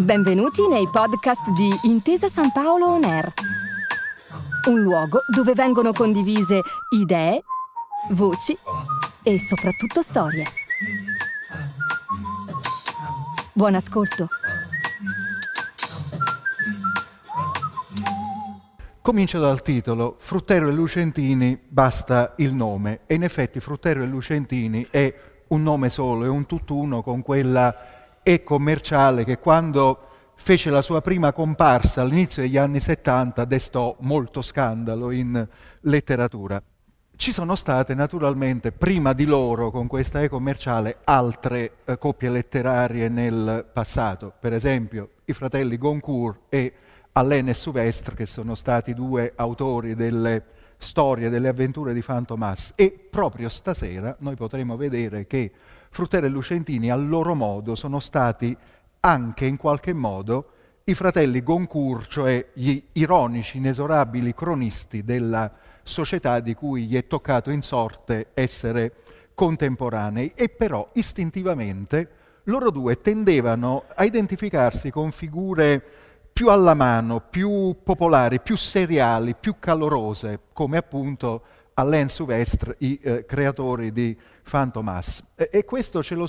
Benvenuti nei podcast di Intesa San Paolo On Air, un luogo dove vengono condivise idee, voci e soprattutto storie. Buon ascolto. Comincio dal titolo. Fruttero e Lucentini, basta il nome. E in effetti Fruttero e Lucentini è un nome solo, è un tutt'uno con quella e-commerciale che quando fece la sua prima comparsa all'inizio degli anni 70 destò molto scandalo in letteratura. Ci sono state naturalmente prima di loro con questa e-commerciale altre coppie letterarie nel passato, per esempio i fratelli Goncourt e Alain e Souvestre, che sono stati due autori delle storie, delle avventure di Fantomas, e proprio stasera noi potremo vedere che Fruttero e Lucentini a loro modo sono stati anche in qualche modo i fratelli Goncourt, cioè gli ironici, inesorabili cronisti della società di cui gli è toccato in sorte essere contemporanei, e però istintivamente loro due tendevano a identificarsi con figure più alla mano, più popolari, più seriali, più calorose, come appunto Alain Souvestre, i creatori di Fantomas. E questo ce lo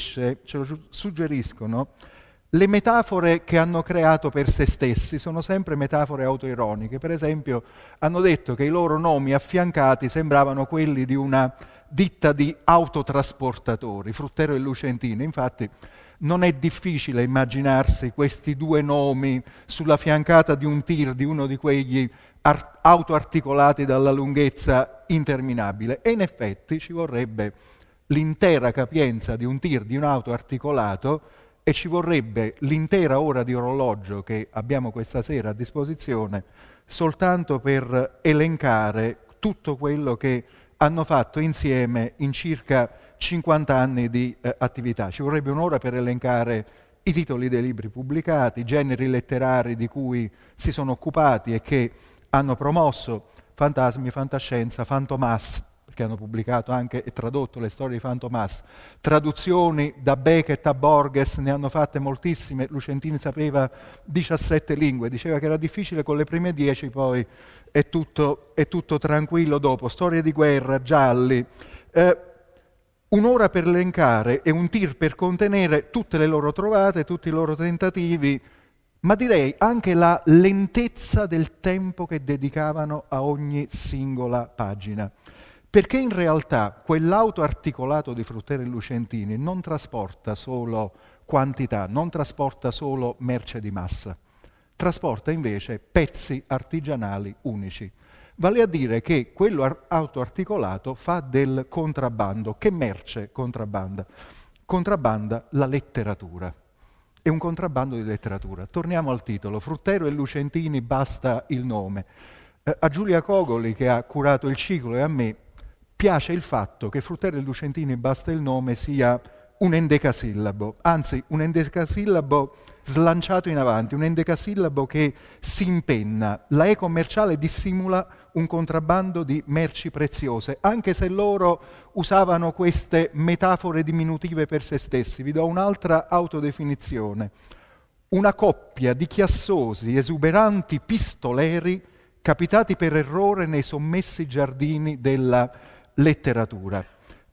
suggeriscono le metafore che hanno creato per se stessi, sono sempre metafore autoironiche. Per esempio, hanno detto che i loro nomi affiancati sembravano quelli di una ditta di autotrasportatori, Fruttero e Lucentini. Infatti non è difficile immaginarsi questi due nomi sulla fiancata di un tir, di uno di quegli auto articolati dalla lunghezza interminabile. E in effetti ci vorrebbe l'intera capienza di un tir, di un auto articolato, e ci vorrebbe l'intera ora di orologio che abbiamo questa sera a disposizione soltanto per elencare tutto quello che hanno fatto insieme in circa 50 anni di attività. Ci vorrebbe un'ora per elencare i titoli dei libri pubblicati, i generi letterari di cui si sono occupati e che hanno promosso, fantasmi, fantascienza, Fantomas, perché hanno pubblicato anche e tradotto le storie di Fantomas, traduzioni da Beckett a Borges, ne hanno fatte moltissime. Lucentini sapeva 17 lingue, diceva che era difficile con le prime 10, poi è tutto tranquillo dopo. Storie di guerra, gialli, un'ora per elencare e un tir per contenere tutte le loro trovate, tutti i loro tentativi, ma direi anche la lentezza del tempo che dedicavano a ogni singola pagina. Perché in realtà quell'auto articolato di Fruttero e Lucentini non trasporta solo quantità, non trasporta solo merce di massa, trasporta invece pezzi artigianali unici. Vale a dire che quello autoarticolato fa del contrabbando. Che merce contrabbanda? Contrabbanda la letteratura. È un contrabbando di letteratura. Torniamo al titolo. Fruttero e Lucentini, basta il nome. A Giulia Cogoli, che ha curato il ciclo, e a me piace il fatto che Fruttero e Lucentini, basta il nome, sia un endecasillabo, anzi un endecasillabo slanciato in avanti, un endecasillabo che si impenna. La e-commerciale dissimula un contrabbando di merci preziose, anche se loro usavano queste metafore diminutive per se stessi. Vi do un'altra autodefinizione. Una coppia di chiassosi, esuberanti pistoleri capitati per errore nei sommessi giardini della letteratura.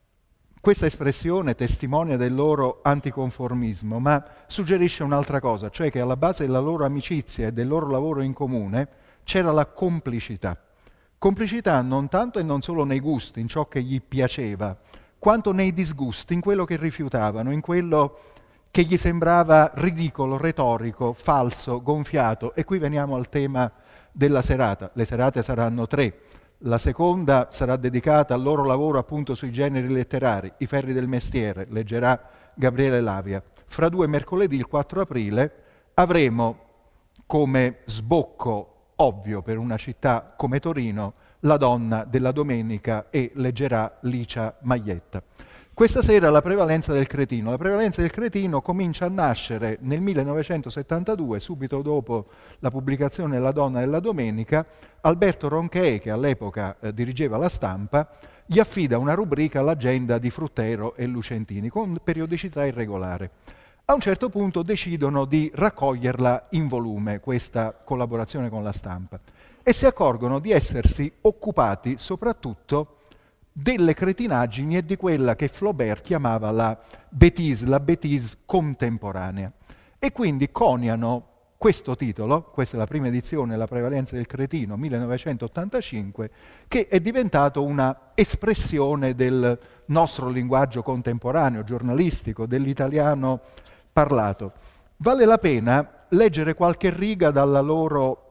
Questa espressione testimonia del loro anticonformismo, ma suggerisce un'altra cosa, cioè che alla base della loro amicizia e del loro lavoro in comune c'era la complicità. Complicità non tanto e non solo nei gusti, in ciò che gli piaceva, quanto nei disgusti, in quello che rifiutavano, in quello che gli sembrava ridicolo, retorico, falso, gonfiato. E qui veniamo al tema della serata. Le serate saranno 3. La seconda sarà dedicata al loro lavoro appunto sui generi letterari, I ferri del mestiere, leggerà Gabriele Lavia. Fra 2 mercoledì, il 4 aprile, avremo come sbocco ovvio per una città come Torino La donna della domenica, e leggerà Licia Maglietta. Questa sera la prevalenza del cretino. La prevalenza del cretino comincia a nascere nel 1972, subito dopo la pubblicazione La donna della domenica. Alberto Ronchey, che all'epoca dirigeva La Stampa, gli affida una rubrica all'agenda di Fruttero e Lucentini, con periodicità irregolare. A un certo punto decidono di raccoglierla in volume, questa collaborazione con la stampa, e si accorgono di essersi occupati soprattutto delle cretinaggini e di quella che Flaubert chiamava la bêtise contemporanea. E quindi coniano questo titolo, questa è la prima edizione, La prevalenza del cretino, 1985, che è diventato una espressione del nostro linguaggio contemporaneo, giornalistico, dell'italiano parlato. Vale la pena leggere qualche riga dalla loro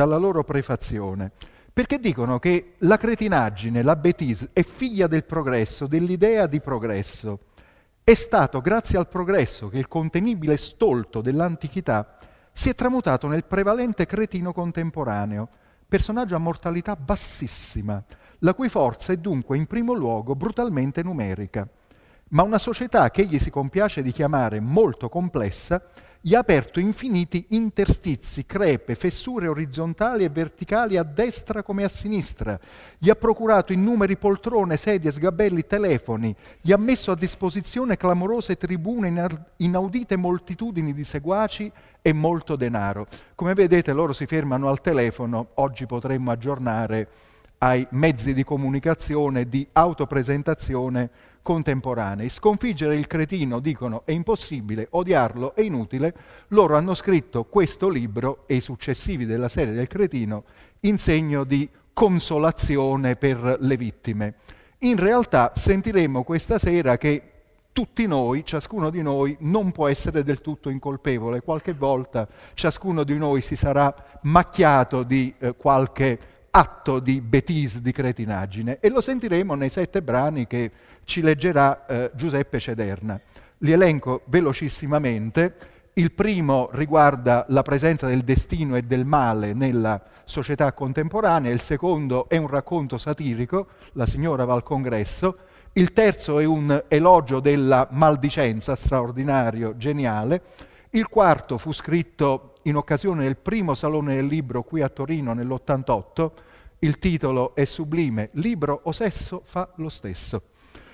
prefazione, perché dicono che la cretinaggine, la bêtise, è figlia del progresso, dell'idea di progresso. È stato grazie al progresso che il contenibile stolto dell'antichità si è tramutato nel prevalente cretino contemporaneo, personaggio a mortalità bassissima, la cui forza è dunque in primo luogo brutalmente numerica. Ma una società che egli si compiace di chiamare molto complessa gli ha aperto infiniti interstizi, crepe, fessure orizzontali e verticali a destra come a sinistra, gli ha procurato innumeri poltrone, sedie, sgabelli, telefoni, gli ha messo a disposizione clamorose tribune, inaudite moltitudini di seguaci e molto denaro. Come vedete loro si fermano al telefono, oggi potremmo aggiornare ai mezzi di comunicazione, di autopresentazione contemporanei. Sconfiggere il cretino, dicono, è impossibile, odiarlo è inutile. Loro hanno scritto questo libro e i successivi della serie del cretino in segno di consolazione per le vittime. In realtà sentiremo questa sera che tutti noi, ciascuno di noi, non può essere del tutto incolpevole. Qualche volta ciascuno di noi si sarà macchiato di qualche atto di bêtise, di cretinaggine, e lo sentiremo nei 7 brani che ci leggerà Giuseppe Cederna. Li elenco velocissimamente. Il primo riguarda la presenza del destino e del male nella società contemporanea, il secondo è un racconto satirico, La signora va al congresso, il terzo è un elogio della maldicenza, straordinario, geniale, il quarto fu scritto in occasione del primo Salone del Libro qui a Torino nell'88, il titolo è sublime, Libro o sesso fa lo stesso.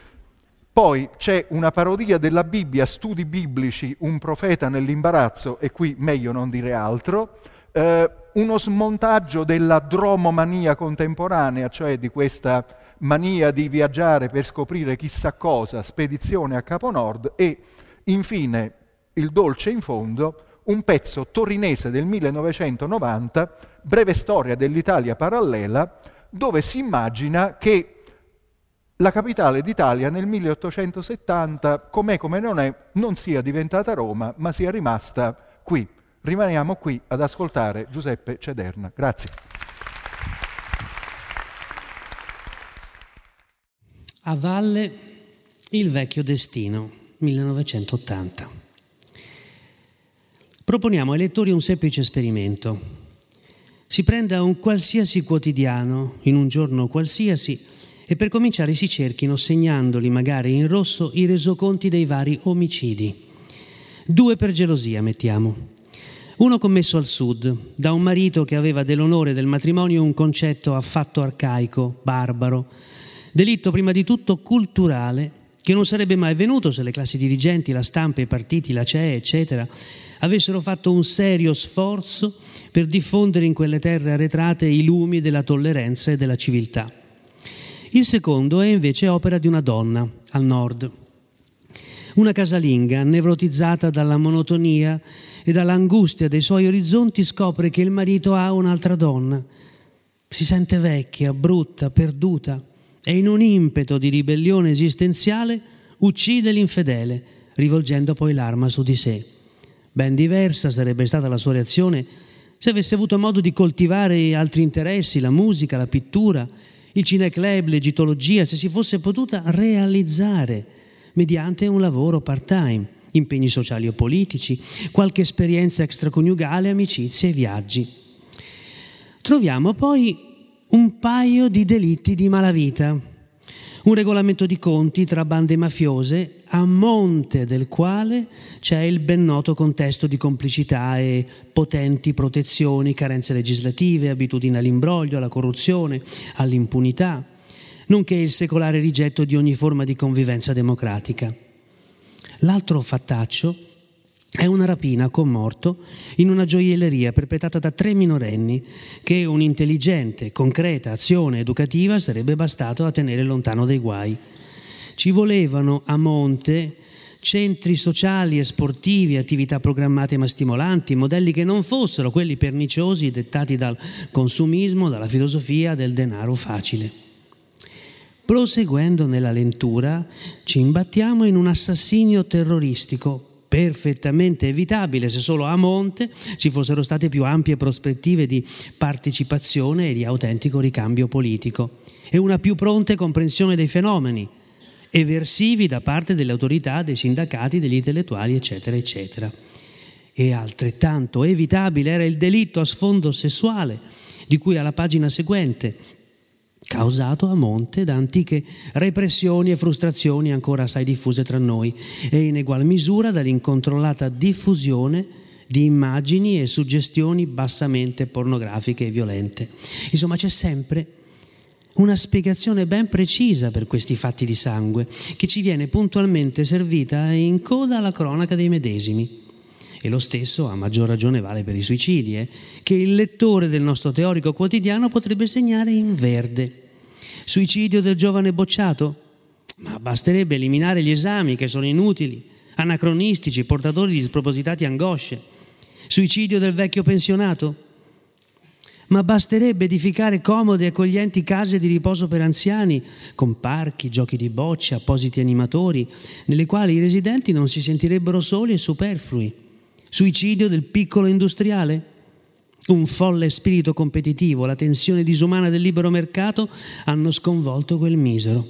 Poi c'è una parodia della Bibbia, Studi biblici, un profeta nell'imbarazzo, e qui meglio non dire altro, uno smontaggio della dromomania contemporanea, cioè di questa mania di viaggiare per scoprire chissà cosa, spedizione a Capo Nord, e infine il dolce in fondo, un pezzo torinese del 1990, breve storia dell'Italia parallela, dove si immagina che la capitale d'Italia nel 1870, com'è come non è, non sia diventata Roma, ma sia rimasta qui. Rimaniamo qui ad ascoltare Giuseppe Cederna. Grazie. A valle, il vecchio destino, 1980. Proponiamo ai lettori un semplice esperimento. Si prenda un qualsiasi quotidiano, in un giorno qualsiasi, e per cominciare si cerchino, segnandoli magari in rosso, i resoconti dei vari omicidi. 2 per gelosia, mettiamo. Uno commesso al sud, da un marito che aveva dell'onore del matrimonio un concetto affatto arcaico, barbaro, delitto prima di tutto culturale, che non sarebbe mai venuto se le classi dirigenti, la stampa, i partiti, la CEE, eccetera, avessero fatto un serio sforzo per diffondere in quelle terre arretrate i lumi della tolleranza e della civiltà. Il secondo è invece opera di una donna, al nord. Una casalinga, nevrotizzata dalla monotonia e dall'angustia dei suoi orizzonti, scopre che il marito ha un'altra donna. Si sente vecchia, brutta, perduta, e in un impeto di ribellione esistenziale uccide l'infedele, rivolgendo poi l'arma su di sé. Ben diversa sarebbe stata la sua reazione se avesse avuto modo di coltivare altri interessi, la musica, la pittura, il cineclub, l'egitologia, se si fosse potuta realizzare mediante un lavoro part-time, impegni sociali o politici, qualche esperienza extraconiugale, amicizie e viaggi. Troviamo poi un paio di delitti di malavita, un regolamento di conti tra bande mafiose, a monte del quale c'è il ben noto contesto di complicità e potenti protezioni, carenze legislative, abitudini all'imbroglio, alla corruzione, all'impunità, nonché il secolare rigetto di ogni forma di convivenza democratica. L'altro fattaccio È una rapina con morto in una gioielleria perpetrata da 3 minorenni che un'intelligente, concreta azione educativa sarebbe bastato a tenere lontano dai guai. Ci volevano a monte centri sociali e sportivi, attività programmate ma stimolanti, modelli che non fossero quelli perniciosi dettati dal consumismo, dalla filosofia del denaro facile. Proseguendo nella lettura ci imbattiamo in un assassinio terroristico perfettamente evitabile se solo a monte ci fossero state più ampie prospettive di partecipazione e di autentico ricambio politico e una più pronta comprensione dei fenomeni eversivi da parte delle autorità, dei sindacati, degli intellettuali, eccetera, eccetera. E altrettanto evitabile era il delitto a sfondo sessuale, di cui alla pagina seguente, causato a monte da antiche repressioni e frustrazioni ancora assai diffuse tra noi e in egual misura dall'incontrollata diffusione di immagini e suggestioni bassamente pornografiche e violente. Insomma, c'è sempre una spiegazione ben precisa per questi fatti di sangue che ci viene puntualmente servita in coda alla cronaca dei medesimi. E lo stesso, a maggior ragione, vale per i suicidi, che il lettore del nostro teorico quotidiano potrebbe segnare in verde. Suicidio del giovane bocciato? Ma basterebbe eliminare gli esami che sono inutili, anacronistici, portatori di spropositati angosce. Suicidio del vecchio pensionato? Ma basterebbe edificare comode e accoglienti case di riposo per anziani, con parchi, giochi di bocce, appositi animatori, nelle quali i residenti non si sentirebbero soli e superflui. Suicidio del piccolo industriale? Un folle spirito competitivo, la tensione disumana del libero mercato hanno sconvolto quel misero.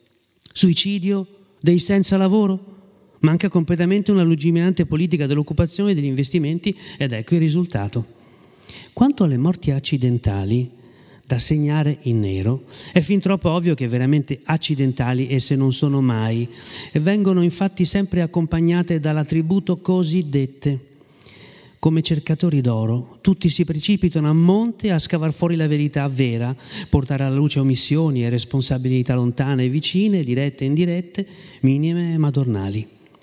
Suicidio dei senza lavoro? Manca completamente una lungimirante politica dell'occupazione e degli investimenti ed ecco il risultato. Quanto alle morti accidentali, da segnare in nero, è fin troppo ovvio che veramente accidentali esse non sono mai e vengono infatti sempre accompagnate dall'attributo cosiddette. Come cercatori d'oro, tutti si precipitano a monte a scavar fuori la verità vera, portare alla luce omissioni e responsabilità lontane e vicine, dirette e indirette, minime e madornali.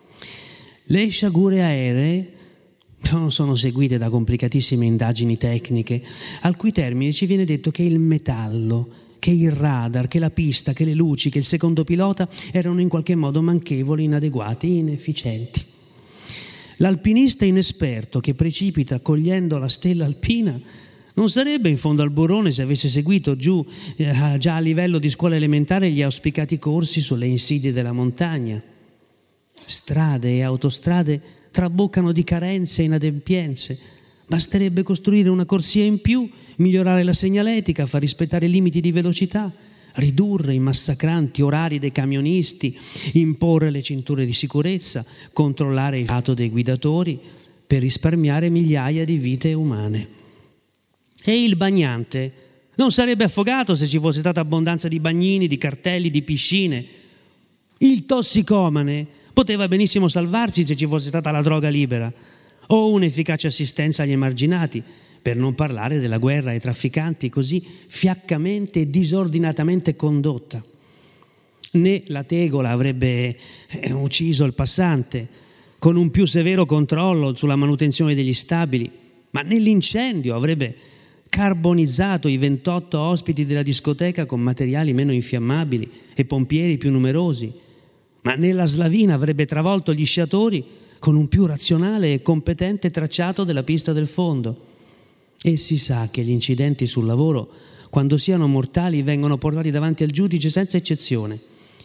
Le sciagure aeree non sono seguite da complicatissime indagini tecniche, al cui termine ci viene detto che il metallo, che il radar, che la pista, che le luci, che il secondo pilota erano in qualche modo manchevoli, inadeguati, inefficienti. L'alpinista inesperto che precipita cogliendo la stella alpina non sarebbe in fondo al burrone se avesse seguito già a livello di scuola elementare gli auspicati corsi sulle insidie della montagna. Strade e autostrade traboccano di carenze e inadempienze. Basterebbe costruire una corsia in più, migliorare la segnaletica, far rispettare i limiti di velocità, ridurre i massacranti orari dei camionisti, imporre le cinture di sicurezza, controllare il fiato dei guidatori per risparmiare migliaia di vite umane. E il bagnante non sarebbe affogato se ci fosse stata abbondanza di bagnini, di cartelli, di piscine. Il tossicomane poteva benissimo salvarsi se ci fosse stata la droga libera o un'efficace assistenza agli emarginati, per non parlare della guerra ai trafficanti così fiaccamente e disordinatamente condotta. Né la tegola avrebbe ucciso il passante con un più severo controllo sulla manutenzione degli stabili, ma né l'incendio avrebbe carbonizzato i 28 ospiti della discoteca con materiali meno infiammabili e pompieri più numerosi, ma né la slavina avrebbe travolto gli sciatori con un più razionale e competente tracciato della pista del fondo. E si sa che gli incidenti sul lavoro, quando siano mortali, vengono portati davanti al giudice senza eccezione.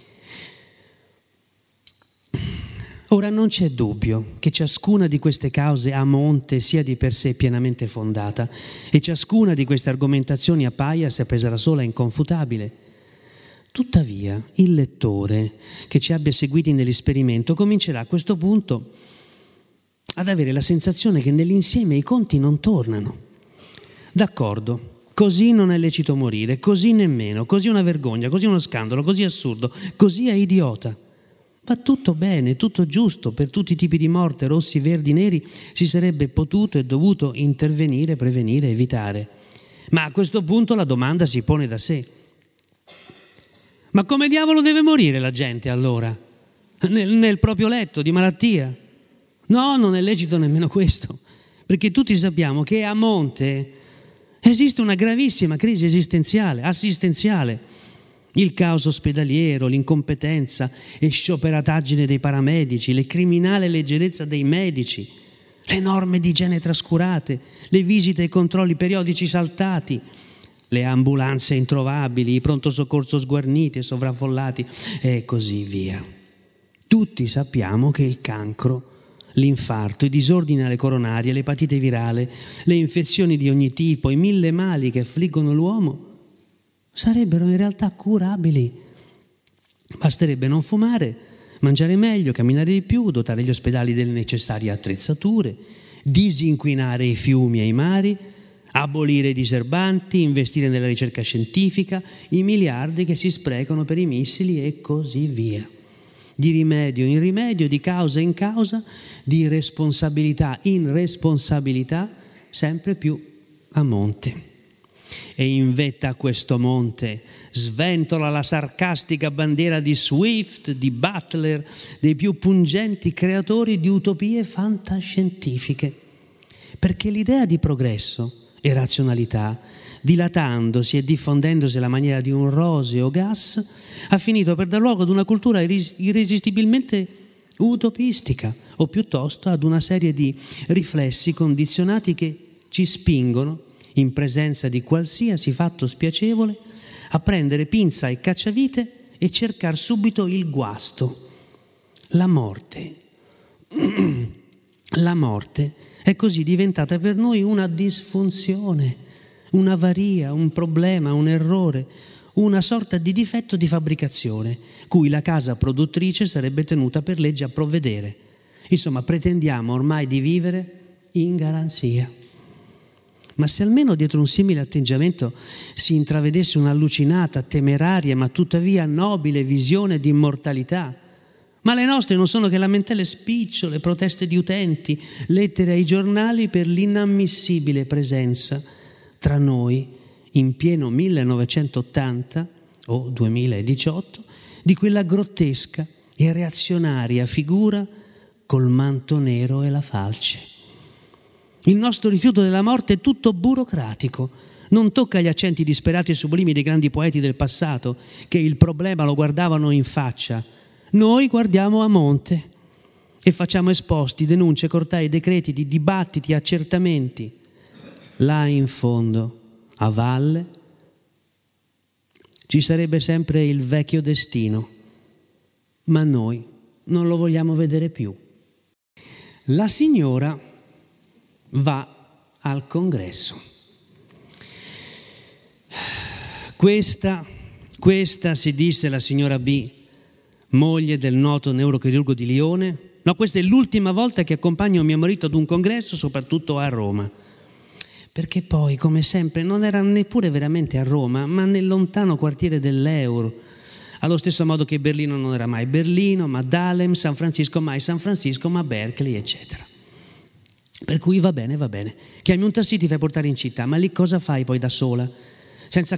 Ora non c'è dubbio che ciascuna di queste cause a monte sia di per sé pienamente fondata e ciascuna di queste argomentazioni appaia, se presa da sola, inconfutabile. Tuttavia, il lettore che ci abbia seguiti nell'esperimento comincerà a questo punto ad avere la sensazione che nell'insieme i conti non tornano. D'accordo, così non è lecito morire, così nemmeno, così è una vergogna, così è uno scandalo, così è assurdo, così è idiota. Va tutto bene, tutto giusto, per tutti i tipi di morte, rossi, verdi, neri, si sarebbe potuto e dovuto intervenire, prevenire, evitare. Ma a questo punto la domanda si pone da sé. Ma come diavolo deve morire la gente allora? Nel proprio letto di malattia? No, non è lecito nemmeno questo, perché tutti sappiamo che a monte esiste una gravissima crisi esistenziale, assistenziale. Il caos ospedaliero, l'incompetenza e scioperataggine dei paramedici, le criminale leggerezza dei medici, le norme di igiene trascurate, le visite e i controlli periodici saltati, le ambulanze introvabili, i pronto soccorso sguarniti e sovraffollati e così via. Tutti sappiamo che il cancro, l'infarto, i disordini alle coronarie, l'epatite virale, le infezioni di ogni tipo, i 1000 mali che affliggono l'uomo sarebbero in realtà curabili. Basterebbe non fumare, mangiare meglio, camminare di più, dotare gli ospedali delle necessarie attrezzature, disinquinare i fiumi e i mari, abolire i diserbanti, investire nella ricerca scientifica, i miliardi che si sprecano per i missili e così via. Di rimedio in rimedio, di causa in causa, di responsabilità in responsabilità, sempre più a monte. E in vetta a questo monte sventola la sarcastica bandiera di Swift, di Butler, dei più pungenti creatori di utopie fantascientifiche. Perché l'idea di progresso e razionalità, dilatandosi e diffondendosi alla maniera di un roseo gas, ha finito per dar luogo ad una cultura irresistibilmente utopistica, o piuttosto ad una serie di riflessi condizionati che ci spingono, in presenza di qualsiasi fatto spiacevole, a prendere pinza e cacciavite e cercare subito il guasto. La morte. La morte è così diventata per noi una disfunzione, un'avaria, un problema, un errore, una sorta di difetto di fabbricazione, cui la casa produttrice sarebbe tenuta per legge a provvedere. Insomma, pretendiamo ormai di vivere in garanzia. Ma se almeno dietro un simile atteggiamento si intravedesse un'allucinata, temeraria, ma tuttavia nobile visione di immortalità. Ma le nostre non sono che lamentele spicciole, proteste di utenti, lettere ai giornali per l'inammissibile presenza tra noi, in pieno 1980 o 2018, di quella grottesca e reazionaria figura col manto nero e la falce. Il nostro rifiuto della morte è tutto burocratico, non tocca gli accenti disperati e sublimi dei grandi poeti del passato, che il problema lo guardavano in faccia. Noi guardiamo a monte e facciamo esposti, denunce, cortei, decreti, di dibattiti, accertamenti. Là in fondo, a valle, ci sarebbe sempre il vecchio destino, ma noi non lo vogliamo vedere più. La signora va al congresso. Questa, si disse la signora B, moglie del noto neurochirurgo di Lione. No, questa è l'ultima volta che accompagno mio marito ad un congresso, soprattutto a Roma. Perché poi, come sempre, non era neppure veramente a Roma, ma nel lontano quartiere dell'Euro. Allo stesso modo che Berlino non era mai Berlino, ma Dahlem, San Francisco mai San Francisco, ma Berkeley, eccetera. Per cui va bene, chiami un taxi, ti fai portare in città, ma lì cosa fai poi da sola? Senza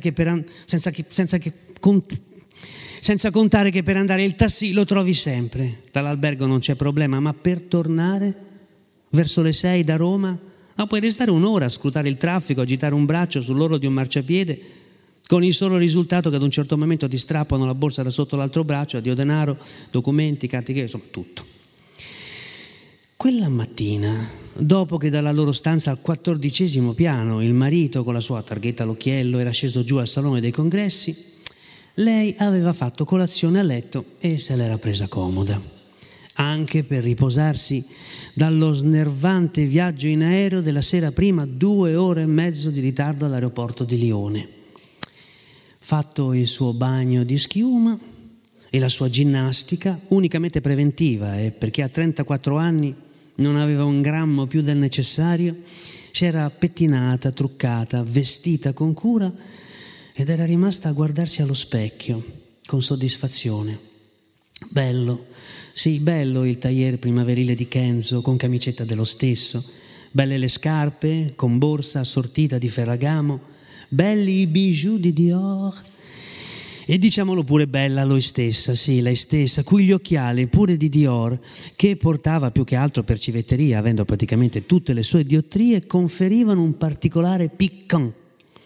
contare che per andare il taxi lo trovi sempre, dall'albergo non c'è problema, ma per tornare verso le 6 da Roma, no, puoi restare un'ora a scrutare il traffico, agitare un braccio sull'orlo di un marciapiede, con il solo risultato che ad un certo momento ti strappano la borsa da sotto l'altro braccio, addio denaro, documenti, carte, insomma tutto. Quella mattina, dopo che dalla loro stanza al 14° piano il marito con la sua targhetta all'occhiello era sceso giù al salone dei congressi, lei aveva fatto colazione a letto e se l'era presa comoda, anche per riposarsi dallo snervante viaggio in aereo della sera prima, 2 ore e mezzo di ritardo all'aeroporto di Lione. Fatto il suo bagno di schiuma e la sua ginnastica, unicamente preventiva, perché a 34 anni non aveva un grammo più del necessario, si era pettinata, truccata, vestita con cura ed era rimasta a guardarsi allo specchio con soddisfazione. Bello, sì, bello il tailleur primaverile di Kenzo con camicetta dello stesso, belle le scarpe con borsa assortita di Ferragamo, belli i bijou di Dior E diciamolo pure bella lei stessa, sì, lei stessa, cui gli occhiali pure di Dior, che portava più che altro per civetteria, avendo praticamente tutte le sue diottrie, conferivano un particolare piquant.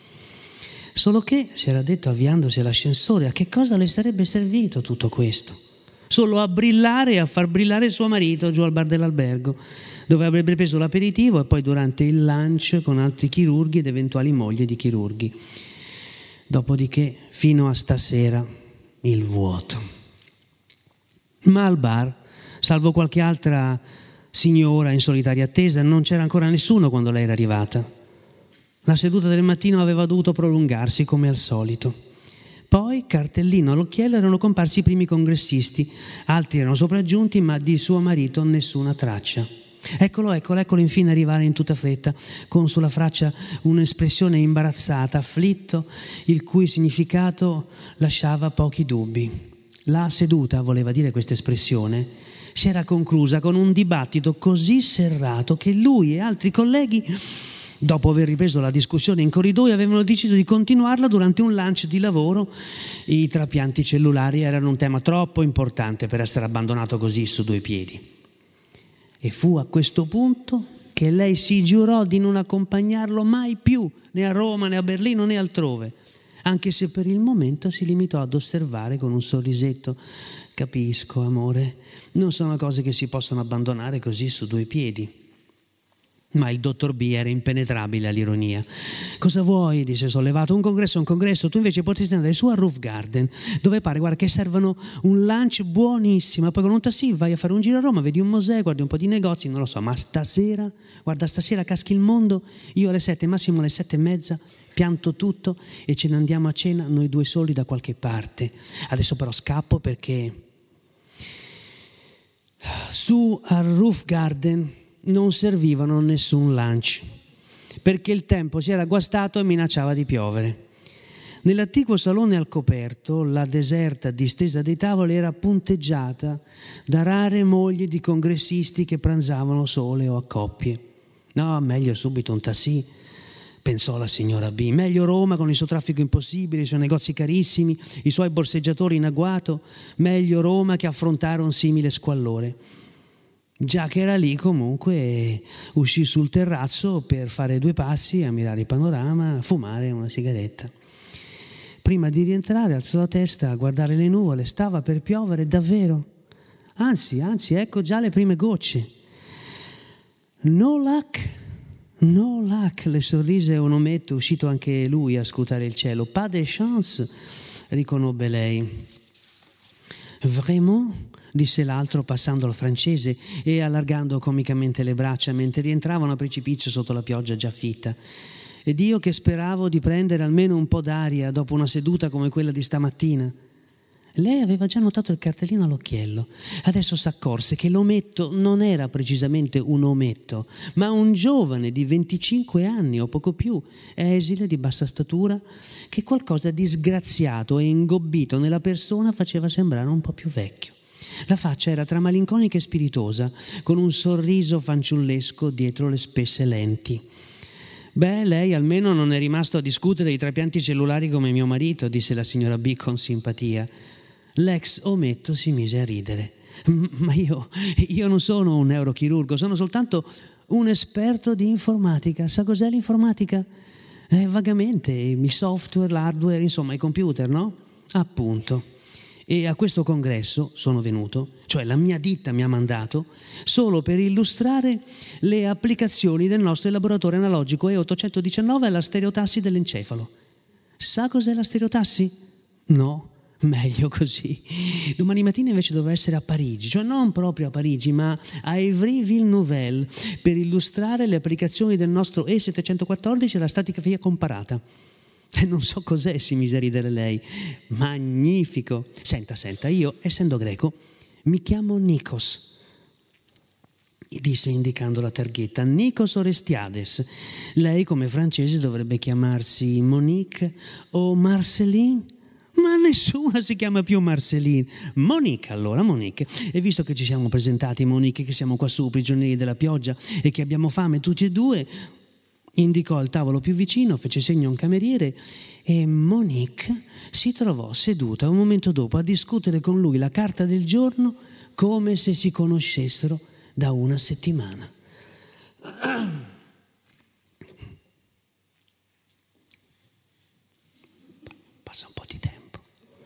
Solo che, si era detto avviandosi all'ascensore, a che cosa le sarebbe servito tutto questo? Solo a brillare e a far brillare suo marito giù al bar dell'albergo, dove avrebbe preso l'aperitivo e poi durante il lunch con altri chirurghi ed eventuali mogli di chirurghi. Dopodiché, fino a stasera, il vuoto. Ma al bar, salvo qualche altra signora in solitaria attesa, non c'era ancora nessuno quando lei era arrivata. La seduta del mattino aveva dovuto prolungarsi come al solito. Poi, cartellino all'occhiello, erano comparsi i primi congressisti. Altri erano sopraggiunti, ma di suo marito nessuna traccia. Eccolo infine arrivare in tutta fretta, con sulla faccia un'espressione imbarazzata, afflitto, il cui significato lasciava pochi dubbi. La seduta, voleva dire questa espressione, si era conclusa con un dibattito così serrato che lui e altri colleghi, dopo aver ripreso la discussione in corridoio, avevano deciso di continuarla durante un lunch di lavoro. I trapianti cellulari erano un tema troppo importante per essere abbandonato così su due piedi. E fu a questo punto che lei si giurò di non accompagnarlo mai più, né a Roma, né a Berlino, né altrove, anche se per il momento si limitò ad osservare con un sorrisetto: capisco, amore, non sono cose che si possono abbandonare così su due piedi. Ma il dottor B era impenetrabile all'ironia. Cosa vuoi? Disse sollevato. Un congresso, tu invece potresti andare su a Roof Garden, dove pare, guarda, che servono un lunch buonissimo, poi con un taxi vai a fare un giro a Roma, vedi un museo, guardi un po' di negozi, non lo so, ma stasera caschi il mondo, io alle 7, massimo alle 7:30, pianto tutto e ce ne andiamo a cena noi due soli da qualche parte. Adesso però scappo perché su a Roof Garden non servivano nessun lunch, perché il tempo si era guastato e minacciava di piovere. Nell'antico salone al coperto, la deserta distesa dei tavoli era punteggiata da rare mogli di congressisti che pranzavano sole o a coppie. No, meglio subito un taxi, pensò la signora B. Meglio Roma con il suo traffico impossibile, i suoi negozi carissimi, i suoi borseggiatori in agguato. Meglio Roma che affrontare un simile squallore. Già che era lì, comunque, uscì sul terrazzo per fare due passi, a mirare il panorama, a fumare una sigaretta. Prima di rientrare alzò la testa a guardare le nuvole. Stava per piovere davvero. Anzi, ecco già le prime gocce. No luck, le sorrise un ometto, uscito anche lui a scrutare il cielo. Pas de chance, riconobbe lei. Vraiment? Disse l'altro passando al francese e allargando comicamente le braccia mentre rientravano a precipizio sotto la pioggia già fitta. Ed io che speravo di prendere almeno un po' d'aria dopo una seduta come quella di stamattina. Lei aveva già notato il cartellino all'occhiello. Adesso s'accorse che l'ometto non era precisamente un ometto, ma un giovane di 25 anni o poco più, esile, di bassa statura, che qualcosa di sgraziato e ingobbito nella persona faceva sembrare un po' più vecchio. La faccia era tra malinconica e spiritosa, con un sorriso fanciullesco dietro le spesse lenti. Beh, lei almeno non è rimasto a discutere i trapianti cellulari come mio marito, disse la signora B con simpatia. L'ex ometto si mise a ridere. Ma io non sono un neurochirurgo, sono soltanto un esperto di informatica. Sa cos'è l'informatica? Vagamente, i software, l'hardware, insomma i computer, no? Appunto. E a questo congresso sono venuto, cioè la mia ditta mi ha mandato, solo per illustrare le applicazioni del nostro elaboratore analogico E819 alla stereotassi dell'encefalo. Sa cos'è la stereotassi? No, meglio così. Domani mattina invece dovrò essere a Parigi, cioè non proprio a Parigi, ma a Évry-Ville-Nouvelle, per illustrare le applicazioni del nostro E714 alla stratigrafia comparata. Non so cos'è, si mise a ridere lei. Magnifico. Senta, io, essendo greco, mi chiamo Nikos, disse indicando la targhetta. Nikos Orestiades. Lei come francese dovrebbe chiamarsi Monique o Marceline. Ma nessuna si chiama più Marceline. Monique, allora, Monique. E visto che ci siamo presentati, Monique, che siamo qua su, prigionieri della pioggia, e che abbiamo fame tutti e due, Indicò il tavolo più vicino, fece segno a un cameriere e Monique si trovò seduta un momento dopo a discutere con lui la carta del giorno come se si conoscessero da una settimana. Passa un po' di tempo.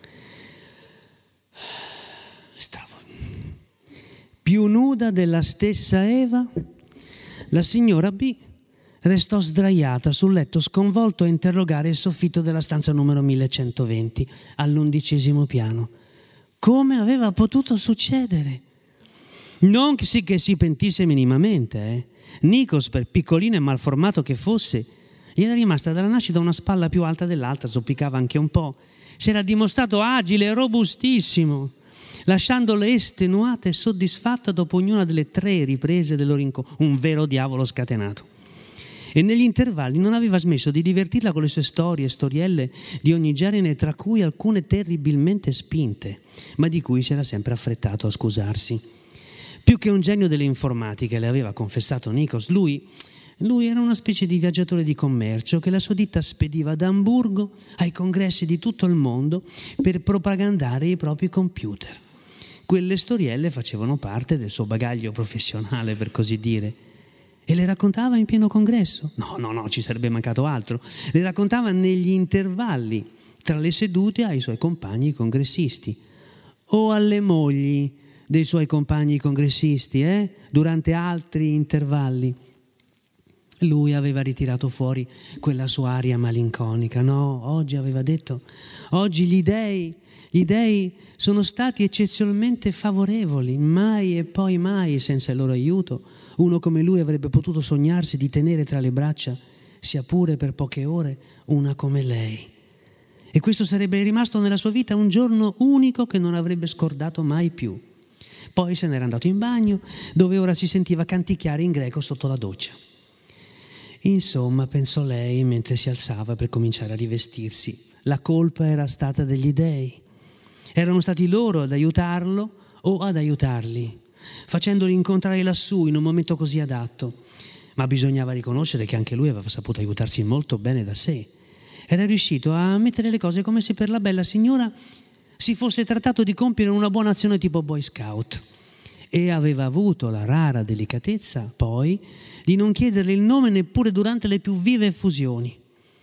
Più nuda della stessa Eva, la signora B restò sdraiata sul letto sconvolto a interrogare il soffitto della stanza numero 1120 all'11° piano. Come aveva potuto succedere? Non che si pentisse minimamente, Nikos, per piccolino e malformato che fosse, gli era rimasta dalla nascita una spalla più alta dell'altra, zoppicava anche un po'. Si era dimostrato agile e robustissimo, lasciandolo estenuata e soddisfatta dopo ognuna delle 3 riprese del loro incontro. Un vero diavolo scatenato. E negli intervalli non aveva smesso di divertirla con le sue storie, storielle di ogni genere, tra cui alcune terribilmente spinte, ma di cui si era sempre affrettato a scusarsi. Più che un genio delle informatiche, le aveva confessato Nikos, lui era una specie di viaggiatore di commercio che la sua ditta spediva da Amburgo ai congressi di tutto il mondo per propagandare i propri computer. Quelle storielle facevano parte del suo bagaglio professionale, per così dire. E le raccontava in pieno congresso? No, ci sarebbe mancato altro. Le raccontava negli intervalli tra le sedute ai suoi compagni congressisti o alle mogli dei suoi compagni congressisti, durante altri intervalli. Lui aveva ritirato fuori quella sua aria malinconica. No, oggi aveva detto, oggi gli dèi sono stati eccezionalmente favorevoli, mai e poi mai senza il loro aiuto uno come lui avrebbe potuto sognarsi di tenere tra le braccia, sia pure per poche ore, una come lei. E questo sarebbe rimasto nella sua vita un giorno unico che non avrebbe scordato mai più. Poi se n'era andato in bagno, dove ora si sentiva canticchiare in greco sotto la doccia. Insomma, pensò lei mentre si alzava per cominciare a rivestirsi, la colpa era stata degli dèi. Erano stati loro ad aiutarlo o ad aiutarli, facendoli incontrare lassù in un momento così adatto. Ma bisognava riconoscere che anche lui aveva saputo aiutarsi molto bene da sé. Era riuscito a mettere le cose come se per la bella signora si fosse trattato di compiere una buona azione tipo Boy Scout. E aveva avuto la rara delicatezza, poi, di non chiederle il nome neppure durante le più vive effusioni.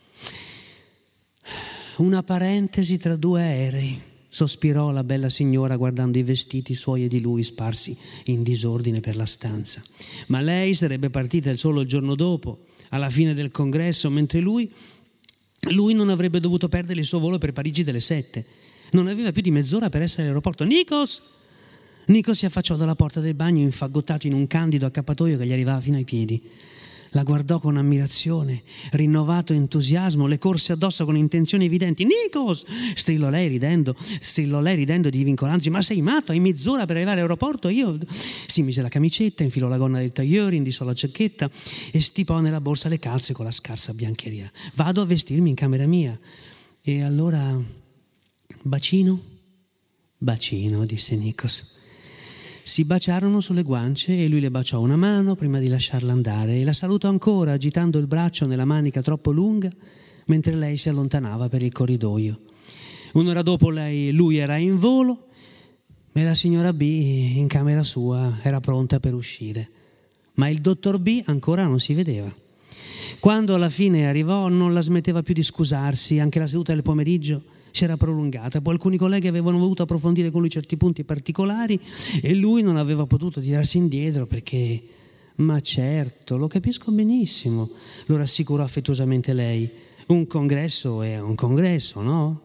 Una parentesi tra 2 aerei, sospirò la bella signora guardando i vestiti suoi e di lui sparsi in disordine per la stanza. Ma lei sarebbe partita solo il giorno dopo, alla fine del congresso, mentre lui non avrebbe dovuto perdere il suo volo per Parigi delle 7. Non aveva più di mezz'ora per essere all'aeroporto. Nikos si affacciò dalla porta del bagno infagottato in un candido accappatoio che gli arrivava fino ai piedi. La guardò con ammirazione, rinnovato entusiasmo, le corse addosso con intenzioni evidenti. Nikos! Strillò lei ridendo di vincolanza. Ma sei matto? Hai mezz'ora per arrivare all'aeroporto? Io... Si mise la camicetta, infilò la gonna del tailleur, indissò la giacchetta e stipò nella borsa le calze con la scarsa biancheria. Vado a vestirmi in camera mia. E allora... Bacino, disse Nikos. Si baciarono sulle guance e lui le baciò una mano prima di lasciarla andare e la salutò ancora agitando il braccio nella manica troppo lunga mentre lei si allontanava per il corridoio. Un'ora dopo lui era in volo e la signora B in camera sua era pronta per uscire. Ma il dottor B ancora non si vedeva. Quando alla fine arrivò non la smetteva più di scusarsi, anche la seduta del pomeriggio si era prolungata, poi alcuni colleghi avevano voluto approfondire con lui certi punti particolari e lui non aveva potuto tirarsi indietro perché, ma certo, lo capisco benissimo, lo rassicurò affettuosamente lei, un congresso è un congresso, no?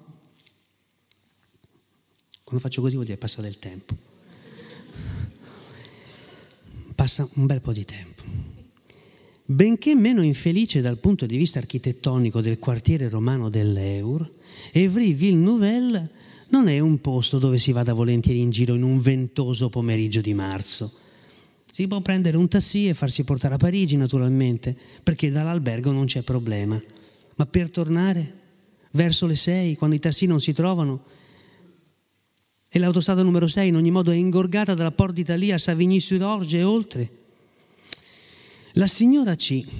Quando faccio così vuol dire passa del tempo, passa un bel po' di tempo. Benché meno infelice dal punto di vista architettonico del quartiere romano dell'Eur, Évry-Ville-Nouvelle non è un posto dove si vada volentieri in giro in un ventoso pomeriggio di marzo. Si può prendere un taxi e farsi portare a Parigi, naturalmente, perché dall'albergo non c'è problema. Ma per tornare verso le 6, quando i taxi non si trovano, e l'autostrada numero 6 in ogni modo è ingorgata dalla Porte d'Italia a Savigny-sur-Orge e oltre, la signora C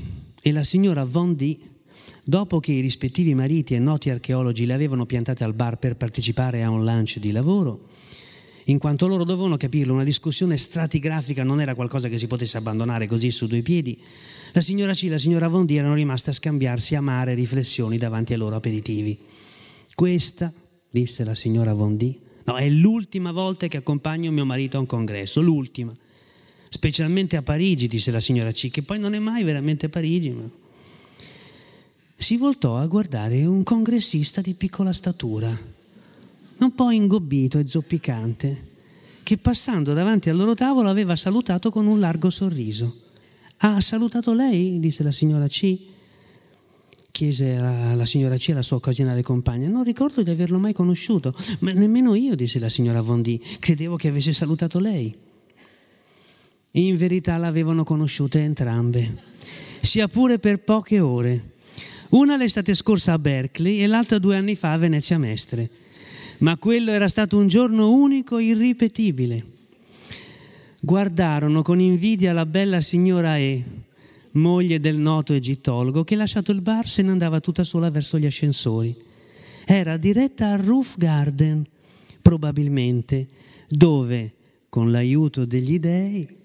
e la signora Von D, dopo che i rispettivi mariti e noti archeologi le avevano piantate al bar per partecipare a un lunch di lavoro, in quanto loro dovevano capirlo, una discussione stratigrafica non era qualcosa che si potesse abbandonare così su due piedi, la signora C e la signora Von D erano rimaste a scambiarsi amare riflessioni davanti ai loro aperitivi. Questa, disse la signora Von D, no, è l'ultima volta che accompagno mio marito a un congresso, l'ultima. Specialmente a Parigi, disse la signora C, che poi non è mai veramente Parigi. Ma... Si voltò a guardare un congressista di piccola statura, un po' ingobbito e zoppicante, che passando davanti al loro tavolo aveva salutato con un largo sorriso. «Ha salutato lei?» disse la signora C. Chiese la signora C alla sua occasionale compagna. «Non ricordo di averlo mai conosciuto». «Ma nemmeno io», disse la signora Von D. «Credevo che avesse salutato lei». In verità l'avevano conosciute entrambe, sia pure per poche ore. Una l'estate scorsa a Berkeley e l'altra 2 anni fa a Venezia Mestre. Ma quello era stato un giorno unico, irripetibile. Guardarono con invidia la bella signora E, moglie del noto egittologo, che lasciato il bar se ne andava tutta sola verso gli ascensori. Era diretta al Roof Garden, probabilmente, dove, con l'aiuto degli dei,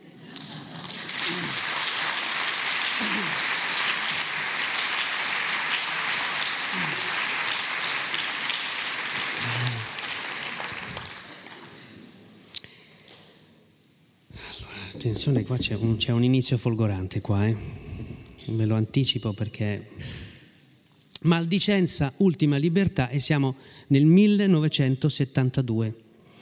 attenzione, qua c'è un inizio folgorante qua, ve lo anticipo perché maldicenza, ultima libertà, e siamo nel 1972.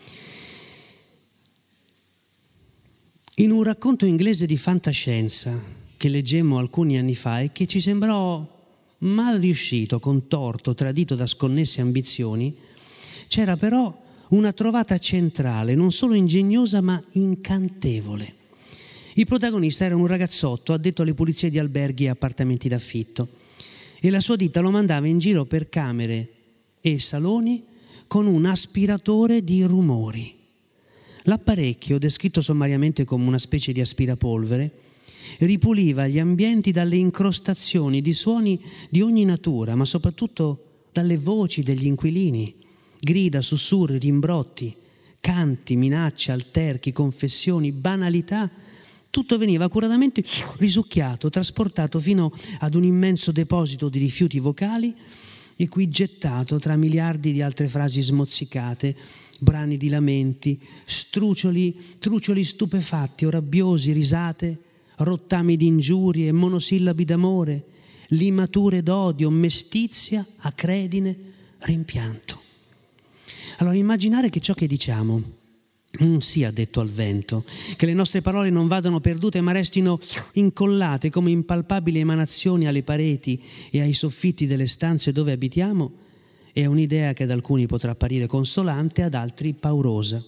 In un racconto inglese di fantascienza che leggemmo alcuni anni fa e che ci sembrò mal riuscito, contorto, tradito da sconnesse ambizioni, c'era però una trovata centrale, non solo ingegnosa ma incantevole. Il protagonista era un ragazzotto addetto alle pulizie di alberghi e appartamenti d'affitto e la sua ditta lo mandava in giro per camere e saloni con un aspiratore di rumori. L'apparecchio, descritto sommariamente come una specie di aspirapolvere, ripuliva gli ambienti dalle incrostazioni di suoni di ogni natura, ma soprattutto dalle voci degli inquilini, grida, sussurri, rimbrotti, canti, minacce, alterchi, confessioni, banalità. Tutto veniva accuratamente risucchiato, trasportato fino ad un immenso deposito di rifiuti vocali e qui gettato tra miliardi di altre frasi smozzicate, brani di lamenti, trucioli stupefatti o rabbiosi, risate, rottami di ingiurie, monosillabi d'amore, limature d'odio, mestizia, acredine, rimpianto. Allora immaginare che ciò che diciamo non sia detto al vento, che le nostre parole non vadano perdute ma restino incollate come impalpabili emanazioni alle pareti e ai soffitti delle stanze dove abitiamo, è un'idea che ad alcuni potrà apparire consolante, ad altri paurosa.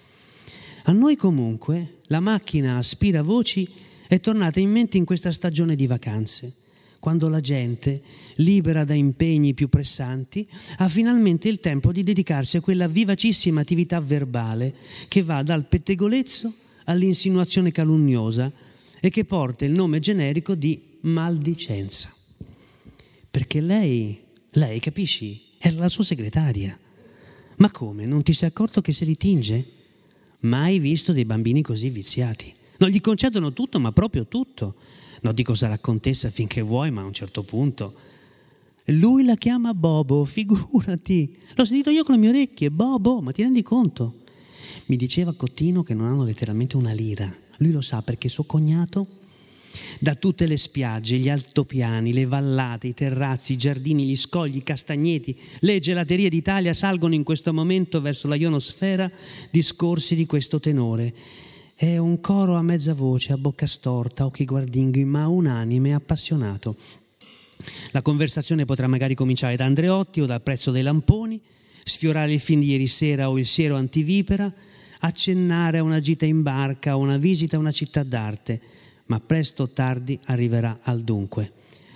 A noi comunque la macchina aspiravoci è tornata in mente in questa stagione di vacanze, quando la gente, libera da impegni più pressanti, ha finalmente il tempo di dedicarsi a quella vivacissima attività verbale che va dal pettegolezzo all'insinuazione calunniosa e che porta il nome generico di maldicenza. Perché lei, capisci, era la sua segretaria. Ma come, non ti sei accorto che se li tinge? Mai visto dei bambini così viziati. Non gli concedono tutto, ma proprio tutto. No, dico sarà contessa finché vuoi, ma a un certo punto. Lui la chiama Bobo, figurati. L'ho sentito io con le mie orecchie, Bobo, ma ti rendi conto? Mi diceva Cottino che non hanno letteralmente una lira. Lui lo sa perché suo cognato, da tutte le spiagge, gli altopiani, le vallate, i terrazzi, i giardini, gli scogli, i castagneti, le gelaterie d'Italia salgono in questo momento verso la ionosfera discorsi di questo tenore. È un coro a mezza voce, a bocca storta, occhi guardinghi, ma unanime e appassionato. La conversazione potrà magari cominciare da Andreotti o dal prezzo dei lamponi, sfiorare il film di ieri sera o il siero antivipera, accennare a una gita in barca o una visita a una città d'arte, ma presto o tardi arriverà al dunque.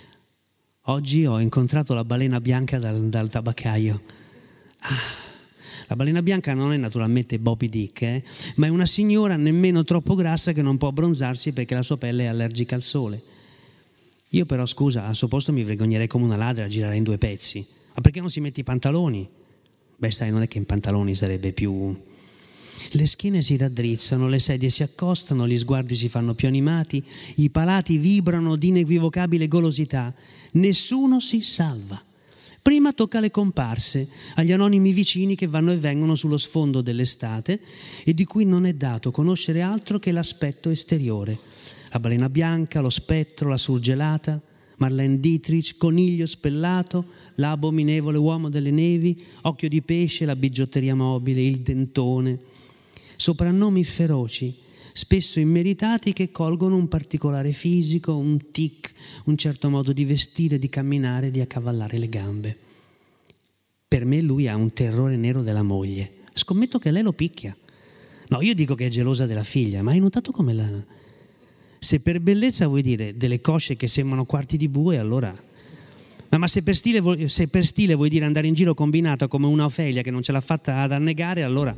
Oggi ho incontrato la balena bianca dal tabaccaio. La balena bianca non è naturalmente Bobby Dick, ma è una signora nemmeno troppo grassa che non può abbronzarsi perché la sua pelle è allergica al sole. Io però, scusa, al suo posto mi vergognerei come una ladra a girare in 2 pezzi. Ma perché non si mette i pantaloni? Beh, sai, non è che in pantaloni sarebbe più... Le schiene si raddrizzano, le sedie si accostano, gli sguardi si fanno più animati, i palati vibrano di inequivocabile golosità. Nessuno si salva. Prima tocca alle comparse, agli anonimi vicini che vanno e vengono sullo sfondo dell'estate e di cui non è dato conoscere altro che l'aspetto esteriore. La balena bianca, lo spettro, la surgelata, Marlene Dietrich, coniglio spellato, l'abominevole uomo delle nevi, occhio di pesce, la bigiotteria mobile, il dentone. Soprannomi feroci, spesso immeritati, che colgono un particolare fisico, un tic, un certo modo di vestire, di camminare, di accavallare le gambe. Per me lui ha un terrore nero della moglie. Scommetto che lei lo picchia. No, io dico che è gelosa della figlia, ma hai notato come la... Se per bellezza vuoi dire delle cosce che sembrano quarti di bue, allora... Ma se per stile vuoi dire andare in giro combinata come una Ofelia che non ce l'ha fatta ad annegare, allora...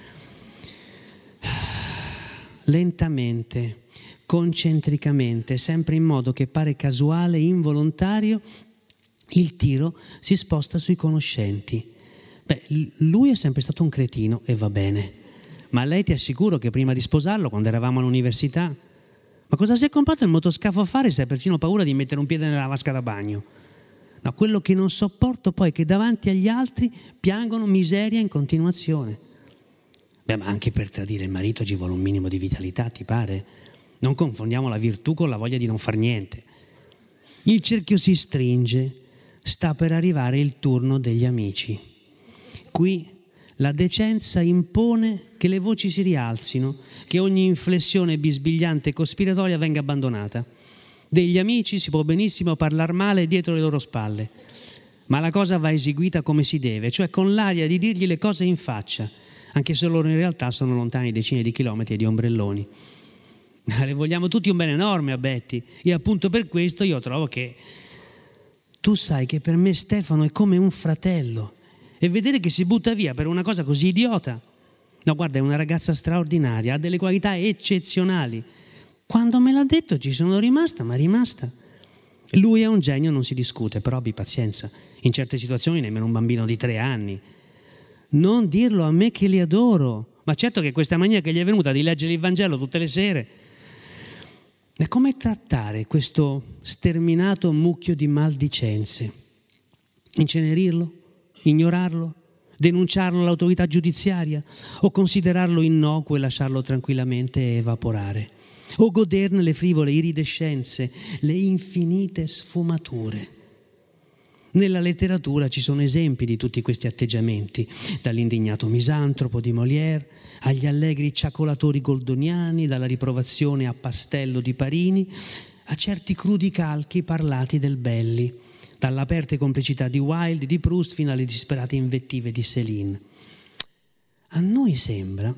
Lentamente, concentricamente, sempre in modo che pare casuale, involontario, il tiro si sposta sui conoscenti. Beh, lui è sempre stato un cretino e va bene, ma lei ti assicuro che prima di sposarlo, quando eravamo all'università, ma cosa si è comprato il motoscafo a fare se ha persino paura di mettere un piede nella vasca da bagno? No, quello che non sopporto poi è che davanti agli altri piangono miseria in continuazione. Beh, ma anche per tradire il marito ci vuole un minimo di vitalità, ti pare? Non confondiamo la virtù con la voglia di non far niente. Il cerchio si stringe, sta per arrivare il turno degli amici. Qui la decenza impone che le voci si rialzino, che ogni inflessione bisbigliante e cospiratoria venga abbandonata. Degli amici si può benissimo parlare male dietro le loro spalle, ma la cosa va eseguita come si deve, cioè con l'aria di dirgli le cose in faccia, anche se loro in realtà sono lontani decine di chilometri di ombrelloni. Le vogliamo tutti un bene enorme a Betty, e appunto per questo io trovo che... Tu sai che per me Stefano è come un fratello, e vedere che si butta via per una cosa così idiota... No, guarda, è una ragazza straordinaria, ha delle qualità eccezionali. Quando me l'ha detto ci sono rimasta, ma rimasta. Lui è un genio, non si discute, però abbi pazienza. In certe situazioni nemmeno un bambino di 3 anni. Non dirlo a me che li adoro. Ma certo che questa mania che gli è venuta di leggere il Vangelo tutte le sere. E come trattare questo sterminato mucchio di maldicenze? Incenerirlo? Ignorarlo? Denunciarlo all'autorità giudiziaria? O considerarlo innocuo e lasciarlo tranquillamente evaporare? O goderne le frivole iridescenze, le infinite sfumature? Nella letteratura ci sono esempi di tutti questi atteggiamenti, dall'indignato misantropo di Molière agli allegri ciacolatori goldoniani, dalla riprovazione a Pastello di Parini a certi crudi calchi parlati del Belli, dall'aperte complicità di Wilde, di Proust fino alle disperate invettive di Céline. A noi sembra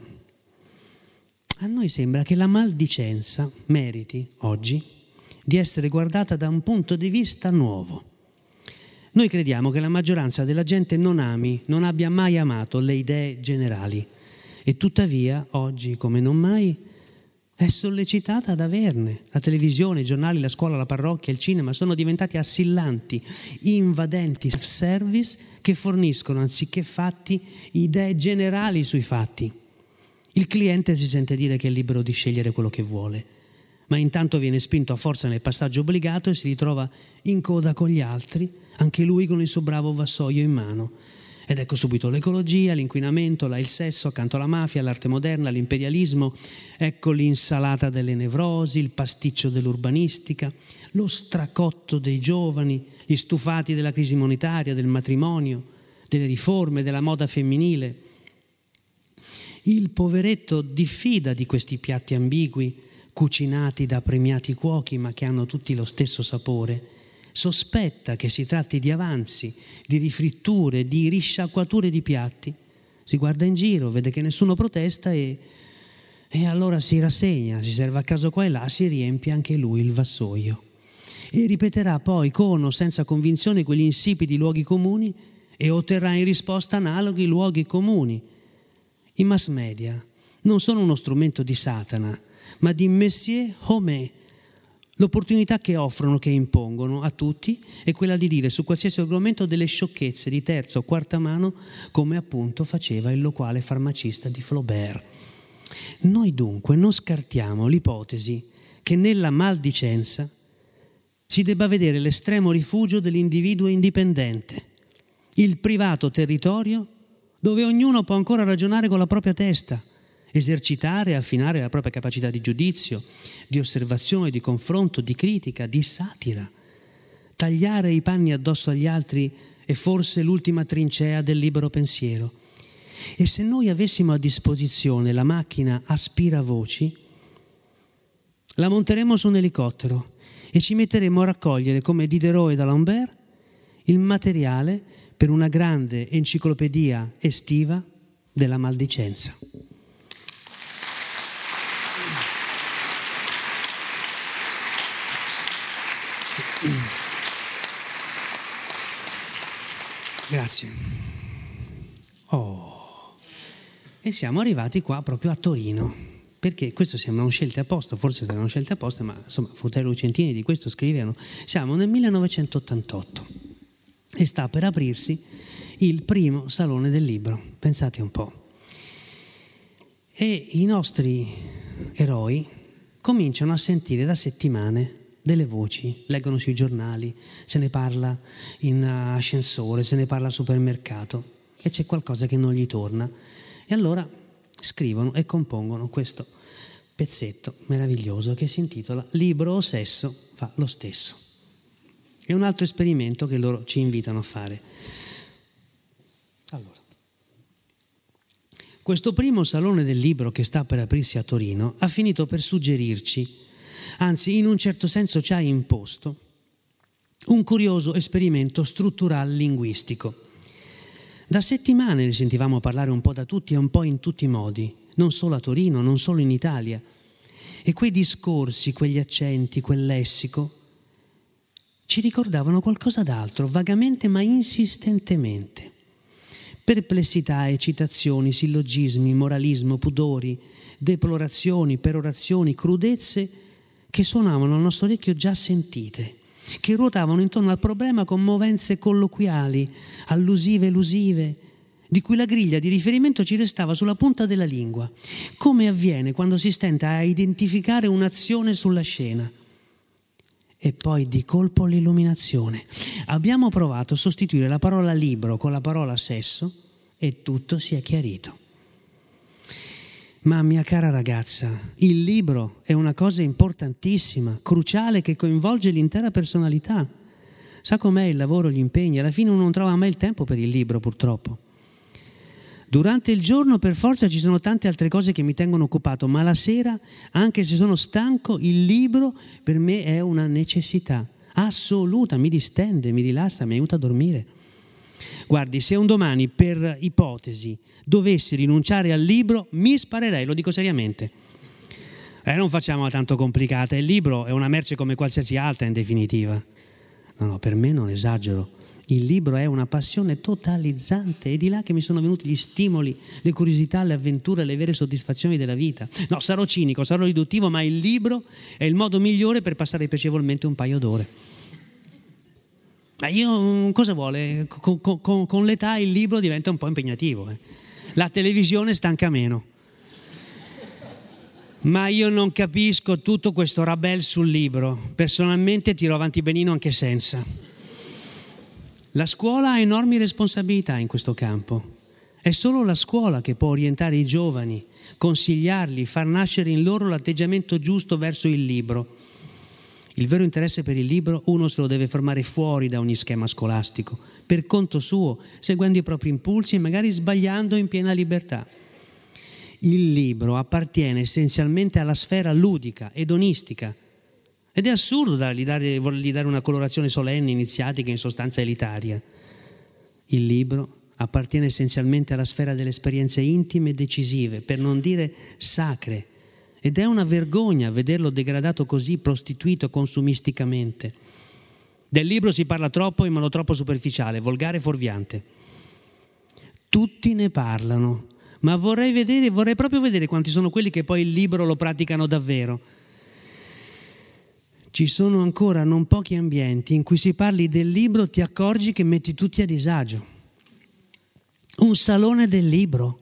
che la maldicenza meriti oggi di essere guardata da un punto di vista nuovo. Noi crediamo che la maggioranza della gente non abbia mai amato le idee generali e tuttavia oggi, come non mai, è sollecitata ad averne. La televisione, i giornali, la scuola, la parrocchia, il cinema sono diventati assillanti, invadenti self-service che forniscono, anziché fatti, idee generali sui fatti. Il cliente si sente dire che è libero di scegliere quello che vuole, ma intanto viene spinto a forza nel passaggio obbligato e si ritrova in coda con gli altri, anche lui con il suo bravo vassoio in mano. Ed ecco subito l'ecologia, l'inquinamento, il sesso accanto alla mafia, l'arte moderna, l'imperialismo, ecco l'insalata delle nevrosi, il pasticcio dell'urbanistica, lo stracotto dei giovani, gli stufati della crisi monetaria, del matrimonio, delle riforme, della moda femminile. Il poveretto diffida di questi piatti ambigui, cucinati da premiati cuochi ma che hanno tutti lo stesso sapore. Sospetta che si tratti di avanzi, di rifritture, di risciacquature di piatti. Si guarda in giro, vede che nessuno protesta e allora si rassegna, si serve a caso qua e là, si riempie anche lui il vassoio. E ripeterà poi con o senza convinzione quegli insipidi luoghi comuni e otterrà in risposta analoghi luoghi comuni. I mass media non sono uno strumento di Satana, ma di Messier Homé, L'opportunità che offrono, che impongono a tutti, è quella di dire su qualsiasi argomento delle sciocchezze di terza o quarta mano, come appunto faceva il loquale farmacista di Flaubert. Noi dunque non scartiamo l'ipotesi che nella maldicenza si debba vedere l'estremo rifugio dell'individuo indipendente, il privato territorio dove ognuno può ancora ragionare con la propria testa, esercitare e affinare la propria capacità di giudizio, di osservazione, di confronto, di critica, di satira. Tagliare i panni addosso agli altri è forse l'ultima trincea del libero pensiero. E se noi avessimo a disposizione la macchina aspiravoci, la monteremmo su un elicottero e ci metteremo a raccogliere, come Diderot e d'Alembert, il materiale per una grande enciclopedia estiva della maldicenza. Grazie. E siamo arrivati qua proprio a Torino, perché questo sembrano scelte apposta, forse saranno scelte apposta, ma insomma Futello Lucentini di questo scrivono. Siamo nel 1988 e sta per aprirsi il primo Salone del Libro, pensate un po'. E i nostri eroi cominciano a sentire da settimane delle voci, leggono sui giornali, se ne parla in ascensore, se ne parla al supermercato, che c'è qualcosa che non gli torna. E allora scrivono e compongono questo pezzetto meraviglioso che si intitola Libro o sesso fa lo stesso. È un altro esperimento che loro ci invitano a fare. Allora, questo primo Salone del Libro che sta per aprirsi a Torino ha finito per suggerirci, anzi in un certo senso ci ha imposto, un curioso esperimento strutturale linguistico. Da settimane ne sentivamo parlare un po' da tutti e un po' in tutti i modi, non solo a Torino, non solo in Italia. E quei discorsi, quegli accenti, quel lessico ci ricordavano qualcosa d'altro, vagamente ma insistentemente. Perplessità, eccitazioni, sillogismi, moralismo, pudori, deplorazioni, perorazioni, crudezze che suonavano al nostro orecchio già sentite, che ruotavano intorno al problema con movenze colloquiali, allusive, elusive, di cui la griglia di riferimento ci restava sulla punta della lingua, come avviene quando si stenta a identificare un'azione sulla scena. E poi di colpo l'illuminazione. Abbiamo provato a sostituire la parola libro con la parola sesso e tutto si è chiarito. Ma mia cara ragazza, il libro è una cosa importantissima, cruciale, che coinvolge l'intera personalità. Sa com'è il lavoro, gli impegni? Alla fine uno non trova mai il tempo per il libro, purtroppo. Durante il giorno per forza ci sono tante altre cose che mi tengono occupato, ma la sera, anche se sono stanco, il libro per me è una necessità assoluta, mi distende, mi rilassa, mi aiuta a dormire. Guardi, se un domani, per ipotesi, dovessi rinunciare al libro, mi sparerei, lo dico seriamente. Non facciamola tanto complicata, il libro è una merce come qualsiasi altra in definitiva. No, per me non esagero. Il libro è una passione totalizzante, è di là che mi sono venuti gli stimoli, le curiosità, le avventure, le vere soddisfazioni della vita. No, sarò cinico, sarò riduttivo, ma il libro è il modo migliore per passare piacevolmente un paio d'ore. Ma io, cosa vuole? Con l'età il libro diventa un po' impegnativo. La televisione stanca meno. Ma io non capisco tutto questo rabel sul libro. Personalmente tiro avanti benino anche senza. La scuola ha enormi responsabilità in questo campo. È solo la scuola che può orientare i giovani, consigliarli, far nascere in loro l'atteggiamento giusto verso il libro. Il vero interesse per il libro uno se lo deve formare fuori da ogni schema scolastico, per conto suo, seguendo i propri impulsi e magari sbagliando in piena libertà. Il libro appartiene essenzialmente alla sfera ludica, edonistica, ed è assurdo volergli dare una colorazione solenne, iniziatica, in sostanza elitaria. Il libro appartiene essenzialmente alla sfera delle esperienze intime e decisive, per non dire sacre, ed è una vergogna vederlo degradato così, prostituito consumisticamente. Del libro si parla troppo in modo troppo superficiale, volgare e fuorviante. Tutti ne parlano, ma vorrei proprio vedere quanti sono quelli che poi il libro lo praticano davvero. Ci sono ancora non pochi ambienti in cui si parli del libro, ti accorgi che metti tutti a disagio. Un salone del libro.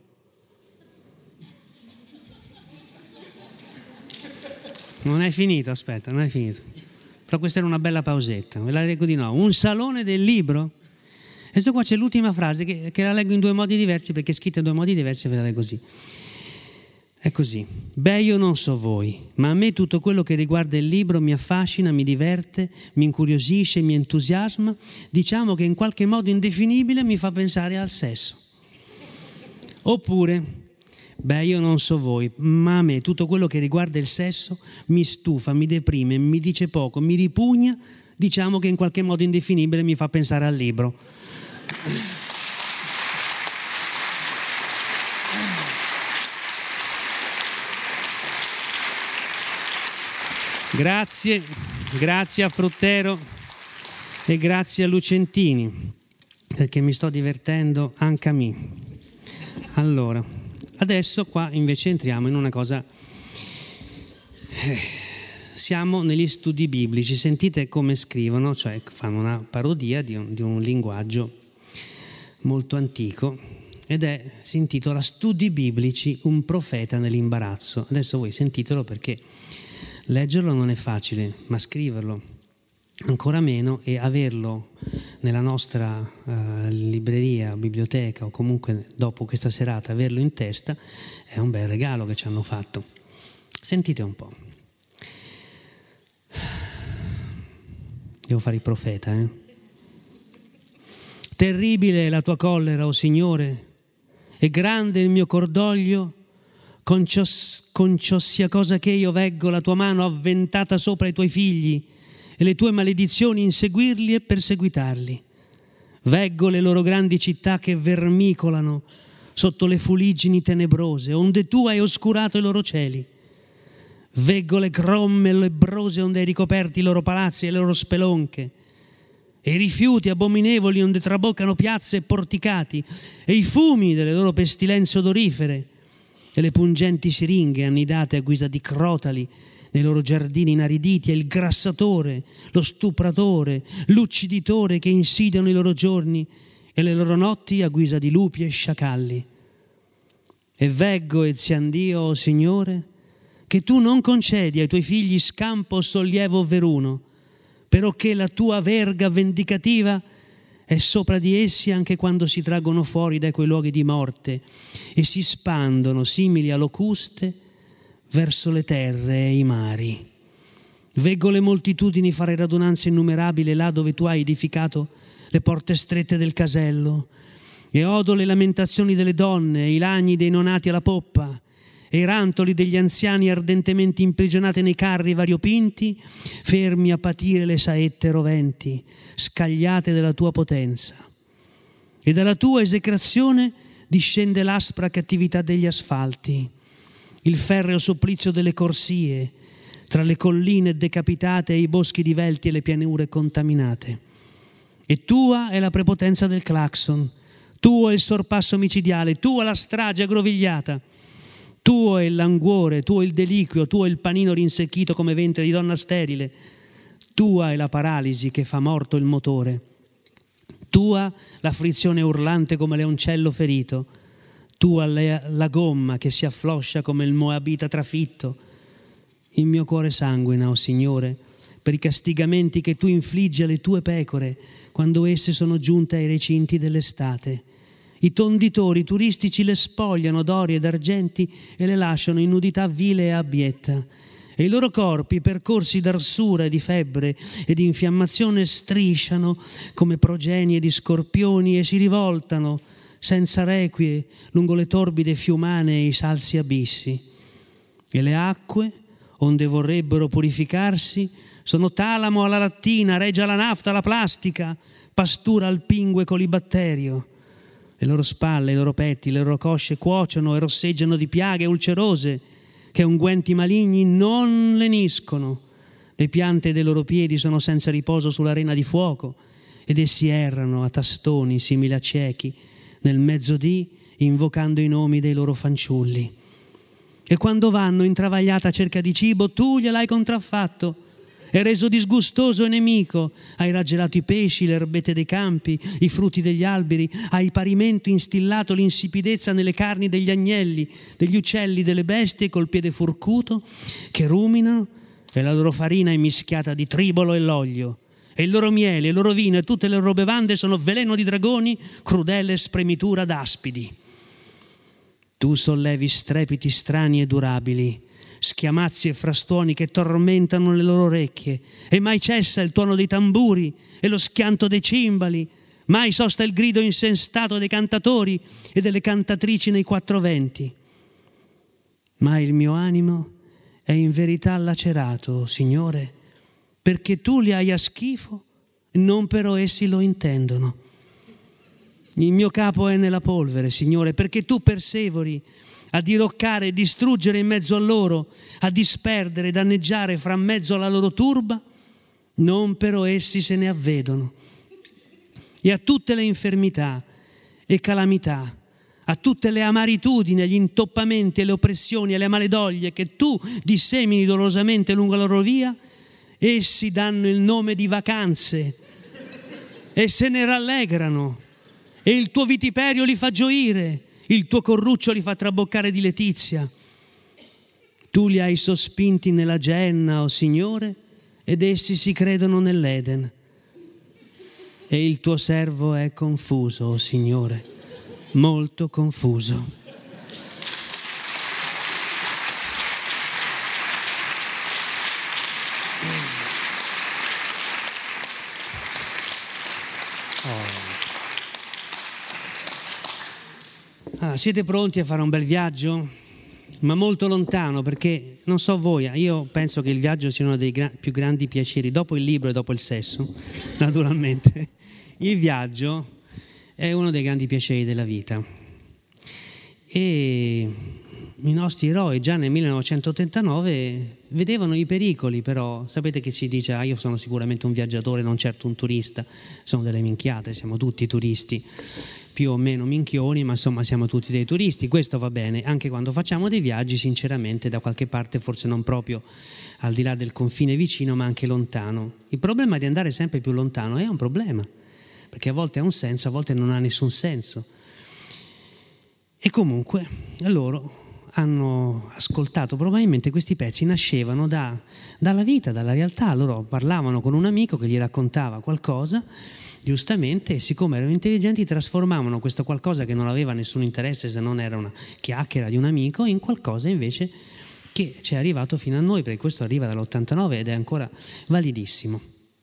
Non è finito, aspetta, non è finito. Però questa era una bella pausetta, ve la leggo di nuovo. Un salone del libro? E questo qua c'è l'ultima frase che la leggo in due modi diversi, perché è scritta in due modi diversi e ve la leggo così. È così. Beh, io non so voi, ma a me tutto quello che riguarda il libro mi affascina, mi diverte, mi incuriosisce, mi entusiasma. Diciamo che in qualche modo indefinibile mi fa pensare al sesso. Oppure, beh, io non so voi, ma a me tutto quello che riguarda il sesso mi stufa, mi deprime, mi dice poco, mi ripugna. Diciamo che in qualche modo indefinibile mi fa pensare al libro. Grazie a Fruttero e grazie a Lucentini, perché mi sto divertendo anche a me. Allora, adesso qua invece entriamo in una cosa, siamo negli studi biblici, sentite come scrivono, cioè fanno una parodia di un linguaggio molto antico si intitola Studi biblici, un profeta nell'imbarazzo. Adesso voi sentitelo, perché leggerlo non è facile, ma scriverlo ancora meno, e averlo nella nostra libreria, biblioteca, o comunque dopo questa serata averlo in testa è un bel regalo che ci hanno fatto. Sentite un po'. Devo fare il profeta, Terribile è la tua collera, o Signore, e grande il mio cordoglio. Con ciò sia cosa che io veggo la tua mano avventata sopra i tuoi figli e le tue maledizioni inseguirli e perseguitarli. Veggo le loro grandi città che vermicolano sotto le fuliggini tenebrose, onde tu hai oscurato i loro cieli. Veggo le gromme lebrose onde hai ricoperti i loro palazzi e le loro spelonche, e i rifiuti abominevoli onde traboccano piazze e porticati, e i fumi delle loro pestilenze odorifere, e le pungenti siringhe annidate a guisa di crotali nei loro giardini inariditi, e il grassatore, lo stupratore, l'ucciditore che insidiano i loro giorni e le loro notti a guisa di lupi e sciacalli. E veggo e ziandio, o Signore, che tu non concedi ai tuoi figli scampo o sollievo veruno, perché la tua verga vendicativa è sopra di essi anche quando si traggono fuori da quei luoghi di morte e si spandono simili a locuste verso le terre e i mari. Veggo le moltitudini fare radunanze innumerabili là dove tu hai edificato le porte strette del casello, e odo le lamentazioni delle donne e i lagni dei nonati alla poppa, e i rantoli degli anziani ardentemente imprigionati nei carri variopinti, fermi a patire le saette roventi, scagliate della tua potenza. E dalla tua esecrazione discende l'aspra cattività degli asfalti, il ferreo supplizio delle corsie, tra le colline decapitate e i boschi divelti e le pianure contaminate. E tua è la prepotenza del clacson, tuo è il sorpasso micidiale, tua la strage aggrovigliata, tuo è il languore, tuo è il deliquio, tuo è il panino rinsecchito come ventre di donna sterile, tua è la paralisi che fa morto il motore, tua la frizione urlante come leoncello ferito, tua la gomma che si affloscia come il moabita trafitto. Il mio cuore sanguina, o Signore, per i castigamenti che tu infliggi alle tue pecore quando esse sono giunte ai recinti dell'estate. I tonditori turistici le spogliano d'ori ed argenti e le lasciano in nudità vile e abbietta. E i loro corpi, percorsi d'arsura e di febbre e di infiammazione, strisciano come progenie di scorpioni e si rivoltano senza requie lungo le torbide fiumane e i salsi abissi. E le acque, onde vorrebbero purificarsi, sono talamo alla lattina, reggia alla nafta, alla plastica, pastura al pingue colibatterio. Le loro spalle, i loro petti, le loro cosce cuociono e rosseggiano di piaghe ulcerose che unguenti maligni non leniscono. Le piante dei loro piedi sono senza riposo sull'arena di fuoco ed essi errano a tastoni simili a ciechi nel mezzodì invocando i nomi dei loro fanciulli. E quando vanno in travagliata cerca di cibo, tu gliel'hai contraffatto e reso disgustoso e nemico, hai raggelato i pesci, le erbette dei campi, i frutti degli alberi, hai parimenti instillato l'insipidezza nelle carni degli agnelli, degli uccelli, delle bestie col piede forcuto, che ruminano, e la loro farina è mischiata di tribolo e l'olio, e il loro miele, il loro vino e tutte le loro bevande sono veleno di dragoni, crudele spremitura d'aspidi. Tu sollevi strepiti strani e durabili, schiamazzi e frastuoni che tormentano le loro orecchie, e mai cessa il tuono dei tamburi e lo schianto dei cimbali, mai sosta il grido insensato dei cantatori e delle cantatrici nei quattro venti. Ma il mio animo è in verità lacerato, Signore, perché tu li hai a schifo, non però essi lo intendono. Il mio capo è nella polvere, Signore, perché tu perseveri a diroccare e distruggere in mezzo a loro, a disperdere e danneggiare fra mezzo alla loro turba, non però essi se ne avvedono. E a tutte le infermità e calamità, a tutte le amaritudini, agli intoppamenti e le oppressioni e le maledoglie che tu dissemini dolorosamente lungo la loro via, essi danno il nome di vacanze e se ne rallegrano, e il tuo vitiperio li fa gioire, il tuo corruccio li fa traboccare di letizia. Tu li hai sospinti nella Geenna, o Signore, ed essi si credono nell'Eden. E il tuo servo è confuso, o Signore, molto confuso. Siete pronti a fare un bel viaggio? Ma molto lontano, perché non so voi, io penso che il viaggio sia uno dei più grandi piaceri, dopo il libro e dopo il sesso, naturalmente. Il viaggio è uno dei grandi piaceri della vita. E i nostri eroi già nel 1989 vedevano i pericoli, però sapete che si dice io sono sicuramente un viaggiatore, non certo un turista. Sono delle minchiate, siamo tutti turisti, più o meno minchioni, ma insomma siamo tutti dei turisti. Questo va bene anche quando facciamo dei viaggi, sinceramente, da qualche parte, forse non proprio al di là del confine vicino, ma anche lontano. Il problema di andare sempre più lontano è un problema, perché a volte ha un senso, a volte non ha nessun senso. E comunque loro hanno ascoltato, probabilmente questi pezzi nascevano dalla vita, dalla realtà. Loro parlavano con un amico che gli raccontava qualcosa, giustamente, e siccome erano intelligenti trasformavano questo qualcosa che non aveva nessun interesse se non era una chiacchiera di un amico in qualcosa invece che ci è arrivato fino a noi, perché questo arriva dall'89 ed è ancora validissimo.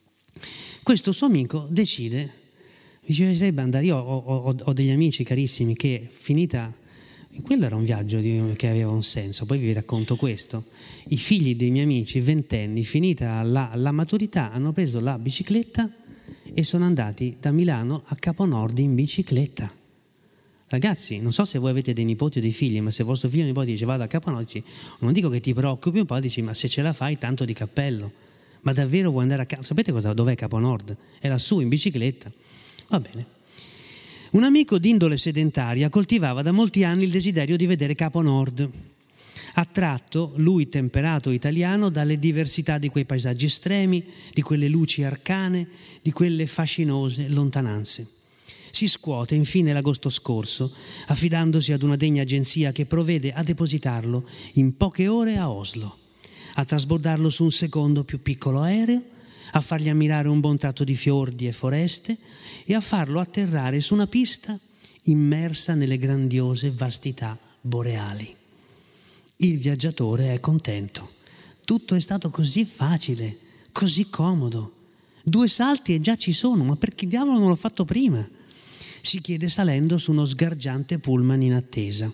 Questo suo amico decide, dice, andare. Io ho degli amici carissimi che finita, quello era un viaggio che aveva un senso, poi vi racconto questo. I figli dei miei amici, ventenni, finita la maturità, hanno preso la bicicletta e sono andati da Milano a Caponord in bicicletta. Ragazzi, non so se voi avete dei nipoti o dei figli, ma se vostro figlio o nipote dice vado a Caponord, dici, non dico che ti preoccupi un po', dici ma se ce la fai tanto di cappello. Ma davvero vuoi andare a Caponord? Sapete dov'è Caponord? È lassù in bicicletta. Va bene. Un amico d'indole sedentaria coltivava da molti anni il desiderio di vedere Capo Nord, attratto, lui temperato italiano, dalle diversità di quei paesaggi estremi, di quelle luci arcane, di quelle fascinose lontananze. Si scuote infine l'agosto scorso, affidandosi ad una degna agenzia che provvede a depositarlo in poche ore a Oslo, a trasbordarlo su un secondo più piccolo aereo, a fargli ammirare un buon tratto di fiordi e foreste e a farlo atterrare su una pista immersa nelle grandiose vastità boreali. Il viaggiatore è contento. Tutto è stato così facile, così comodo. 2 salti e già ci sono, ma perché diavolo non l'ho fatto prima? Si chiede salendo su uno sgargiante pullman in attesa.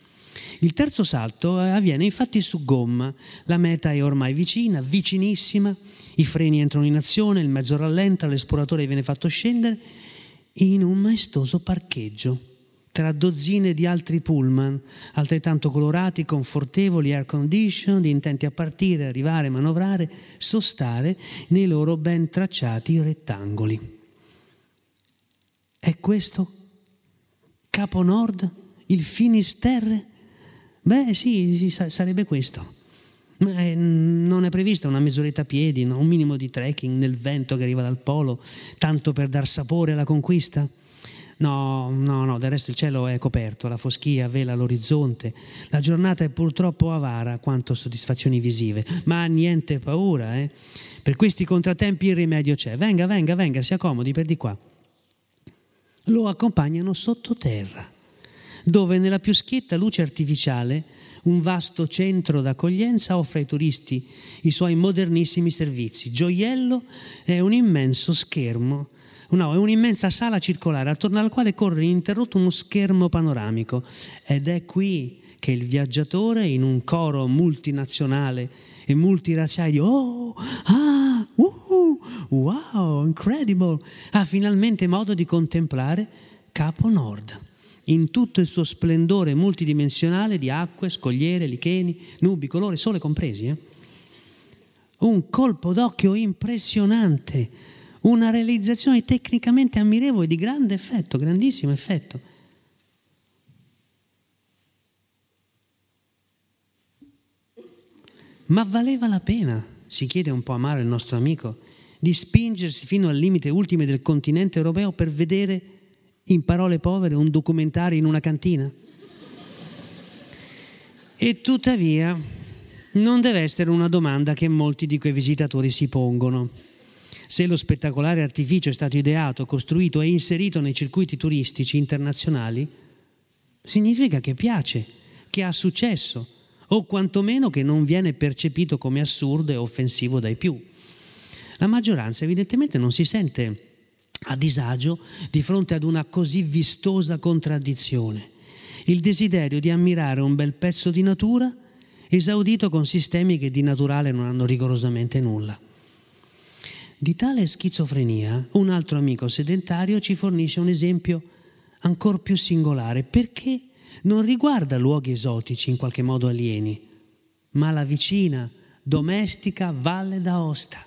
Il terzo salto avviene infatti su gomma, la meta è ormai vicina, vicinissima, i freni entrano in azione, il mezzo rallenta, l'esploratore viene fatto scendere in un maestoso parcheggio tra dozzine di altri pullman, altrettanto colorati, confortevoli, air conditioned, intenti a partire, arrivare, manovrare, sostare nei loro ben tracciati rettangoli. È questo Capo Nord? Il Finisterre? Beh sì, sarebbe questo. Ma non è prevista una mezz'oretta a piedi, no? Un minimo di trekking nel vento che arriva dal polo, tanto per dar sapore alla conquista? No, del resto il cielo è coperto, la foschia vela l'orizzonte, la giornata è purtroppo avara quanto soddisfazioni visive, ma niente paura, Per questi contratempi il rimedio c'è. Venga, si accomodi per di qua. Lo accompagnano sottoterra, dove nella più schietta luce artificiale un vasto centro d'accoglienza offre ai turisti i suoi modernissimi servizi. Gioiello è un immenso schermo, è un'immensa sala circolare attorno alla quale corre ininterrotto uno schermo panoramico, ed è qui che il viaggiatore, in un coro multinazionale e multirazziale, wow, incredible, ha finalmente modo di contemplare Capo Nord in tutto il suo splendore multidimensionale di acque, scogliere, licheni, nubi, colore, sole compresi. Un colpo d'occhio impressionante, una realizzazione tecnicamente ammirevole di grande effetto, grandissimo effetto. Ma valeva la pena, si chiede un po' amaro il nostro amico, di spingersi fino al limite ultimo del continente europeo per vedere, in parole povere, un documentario in una cantina? E tuttavia non deve essere una domanda che molti di quei visitatori si pongono. Se lo spettacolare artificio è stato ideato, costruito e inserito nei circuiti turistici internazionali, significa che piace, che ha successo, o quantomeno che non viene percepito come assurdo e offensivo dai più. La maggioranza evidentemente non si sente a disagio di fronte ad una così vistosa contraddizione, il desiderio di ammirare un bel pezzo di natura esaudito con sistemi che di naturale non hanno rigorosamente nulla. Di tale schizofrenia un altro amico sedentario ci fornisce un esempio ancor più singolare, perché non riguarda luoghi esotici in qualche modo alieni, ma la vicina, domestica Valle d'Aosta.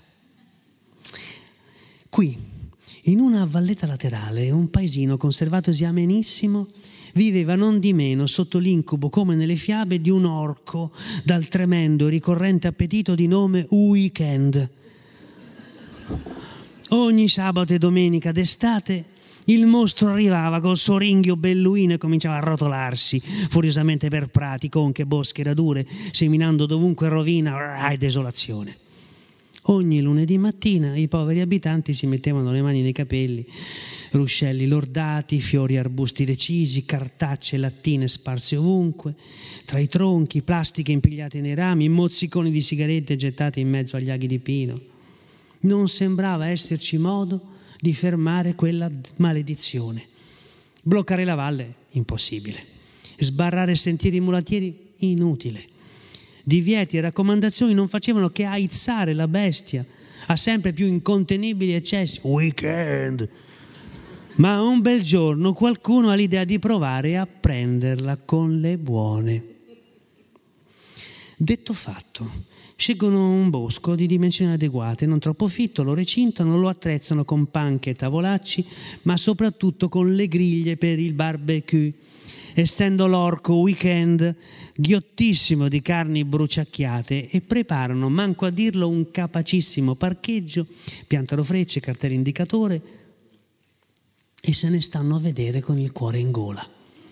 Qui, in una valletta laterale, un paesino conservatosi amenissimo viveva non di meno sotto l'incubo, come nelle fiabe, di un orco dal tremendo e ricorrente appetito di nome Weekend. Ogni sabato e domenica d'estate il mostro arrivava col suo ringhio belluino e cominciava a rotolarsi furiosamente per prati, conche, boschi e radure, seminando dovunque rovina e desolazione. Ogni lunedì mattina i poveri abitanti si mettevano le mani nei capelli, ruscelli lordati, fiori e arbusti recisi, cartacce e lattine sparse ovunque, tra i tronchi, plastiche impigliate nei rami, mozziconi di sigarette gettate in mezzo agli aghi di pino. Non sembrava esserci modo di fermare quella maledizione. Bloccare la valle? Impossibile. Sbarrare sentieri mulattieri? Inutile. Divieti e raccomandazioni non facevano che aizzare la bestia a sempre più incontenibili eccessi. Weekend! Ma un bel giorno qualcuno ha l'idea di provare a prenderla con le buone. Detto fatto, scelgono un bosco di dimensioni adeguate, non troppo fitto, lo recintano, lo attrezzano con panche e tavolacci, ma soprattutto con le griglie per il barbecue. Essendo l'orco Weekend ghiottissimo di carni bruciacchiate, e preparano, manco a dirlo, un capacissimo parcheggio, piantano frecce, cartello indicatore e se ne stanno a vedere con il cuore in gola.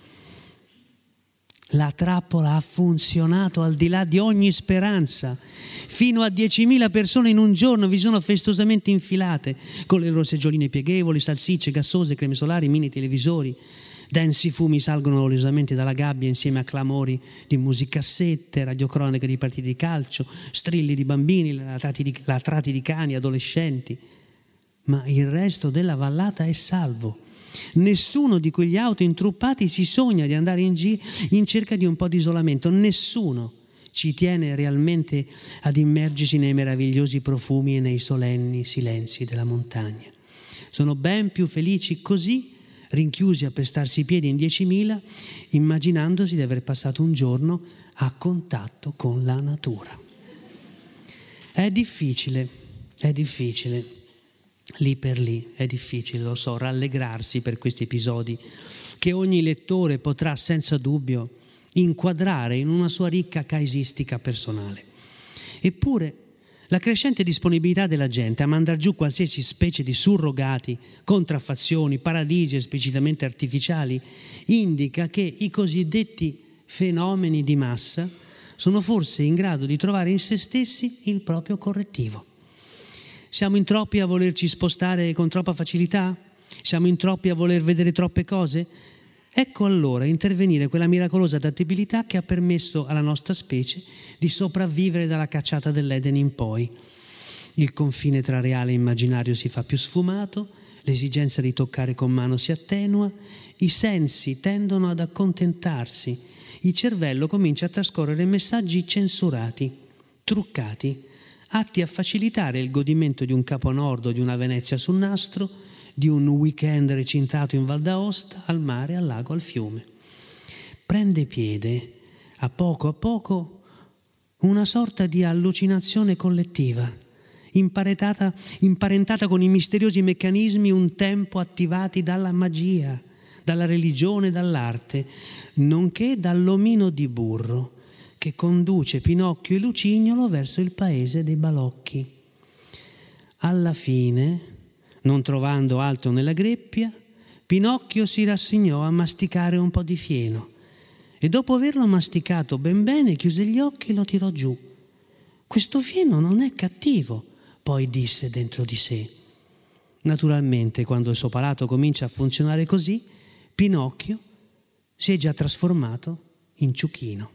La trappola ha funzionato al di là di ogni speranza. Fino a 10.000 persone in un giorno vi sono festosamente infilate, con le loro seggioline pieghevoli, salsicce gassose, creme solari, mini televisori. Densi fumi salgono oliosamente dalla gabbia insieme a clamori di musicassette, radiocronache di partite di calcio, strilli di bambini, latrati di cani, adolescenti. Ma il resto della vallata è salvo. Nessuno di quegli auto intruppati si sogna di andare in cerca di un po' di isolamento. Nessuno ci tiene realmente ad immergersi nei meravigliosi profumi e nei solenni silenzi della montagna. Sono ben più felici così, rinchiusi a pestarsi i piedi in 10.000, immaginandosi di aver passato un giorno a contatto con la natura. È difficile, lì per lì, è difficile, lo so, rallegrarsi per questi episodi che ogni lettore potrà senza dubbio inquadrare in una sua ricca caesistica personale. Eppure la crescente disponibilità della gente a mandar giù qualsiasi specie di surrogati, contraffazioni, paradisi esplicitamente artificiali indica che i cosiddetti fenomeni di massa sono forse in grado di trovare in se stessi il proprio correttivo. Siamo in troppi a volerci spostare con troppa facilità? Siamo in troppi a voler vedere troppe cose? Ecco allora intervenire quella miracolosa adattabilità che ha permesso alla nostra specie di sopravvivere dalla cacciata dell'Eden in poi. Il confine tra reale e immaginario si fa più sfumato, l'esigenza di toccare con mano si attenua, i sensi tendono ad accontentarsi, il cervello comincia a trascorrere messaggi censurati, truccati, atti a facilitare il godimento di un Caponordo, di una Venezia sul nastro, di un weekend recintato in Val d'Aosta, al mare, al lago, al fiume. Prende piede, a poco, una sorta di allucinazione collettiva, imparentata con i misteriosi meccanismi un tempo attivati dalla magia, dalla religione, dall'arte, nonché dall'omino di burro che conduce Pinocchio e Lucignolo verso il paese dei balocchi. Alla fine, non trovando altro nella greppia, Pinocchio si rassegnò a masticare un po' di fieno e dopo averlo masticato ben bene chiuse gli occhi e lo tirò giù. «Questo fieno non è cattivo», poi disse dentro di sé. Naturalmente, quando il suo palato comincia a funzionare così, Pinocchio si è già trasformato in ciuchino.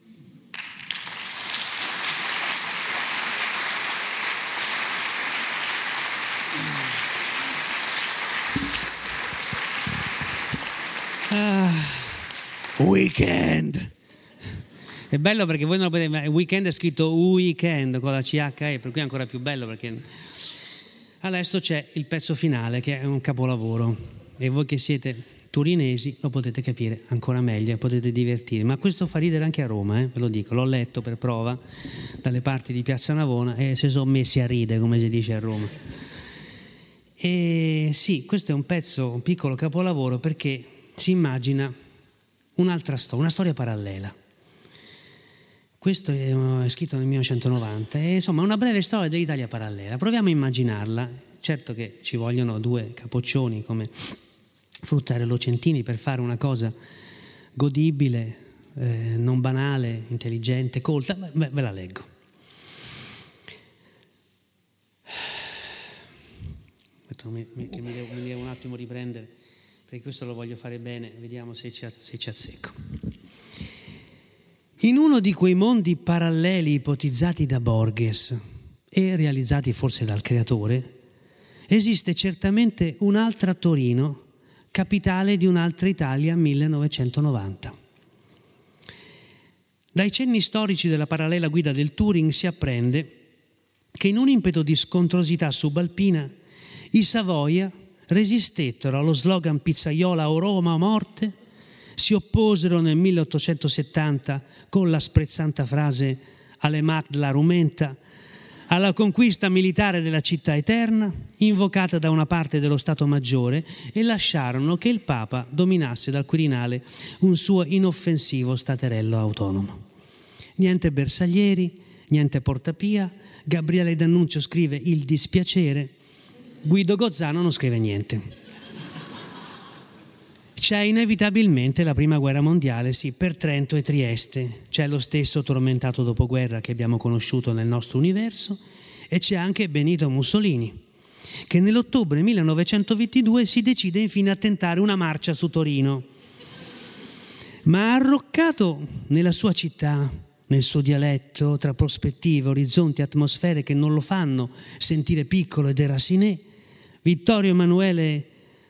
Weekend. È bello perché voi non lo potete, ma weekend è scritto weekend con la CHE, per cui è ancora più bello perché adesso c'è il pezzo finale che è un capolavoro e voi che siete turinesi lo potete capire ancora meglio e potete divertirvi, ma questo fa ridere anche a Roma, ve lo dico, l'ho letto per prova dalle parti di Piazza Navona e si sono messi a ridere, come si dice a Roma. E sì, questo è un pezzo, un piccolo capolavoro perché si immagina un'altra storia, una storia parallela. Questo è scritto nel 1990 e insomma è una breve storia dell'Italia parallela. Proviamo a immaginarla. Certo che ci vogliono due capoccioni come Frutta e Relocentini per fare una cosa godibile, non banale, intelligente, colta. Ve la leggo. Mi devo un attimo riprendere perché questo lo voglio fare bene, vediamo se ci azzecco. In uno di quei mondi paralleli ipotizzati da Borges e realizzati forse dal creatore, esiste certamente un'altra Torino, capitale di un'altra Italia 1990. Dai cenni storici della parallela guida del Touring si apprende che in un impeto di scontrosità subalpina i Savoia resistettero allo slogan pizzaiola o Roma o morte, si opposero nel 1870 con la sprezzante frase «Ale Mac la rumenta» alla conquista militare della città eterna, invocata da una parte dello Stato Maggiore, e lasciarono che il Papa dominasse dal Quirinale un suo inoffensivo staterello autonomo. Niente Bersaglieri, niente Portapia, Gabriele D'Annunzio scrive «Il dispiacere», Guido Gozzano non scrive niente. C'è inevitabilmente la prima guerra mondiale, sì, per Trento e Trieste. C'è lo stesso tormentato dopoguerra che abbiamo conosciuto nel nostro universo e c'è anche Benito Mussolini, che nell'ottobre 1922 si decide infine a tentare una marcia su Torino. Ma arroccato nella sua città, nel suo dialetto, tra prospettive, orizzonti, atmosfere che non lo fanno sentire piccolo e déraciné, Vittorio Emanuele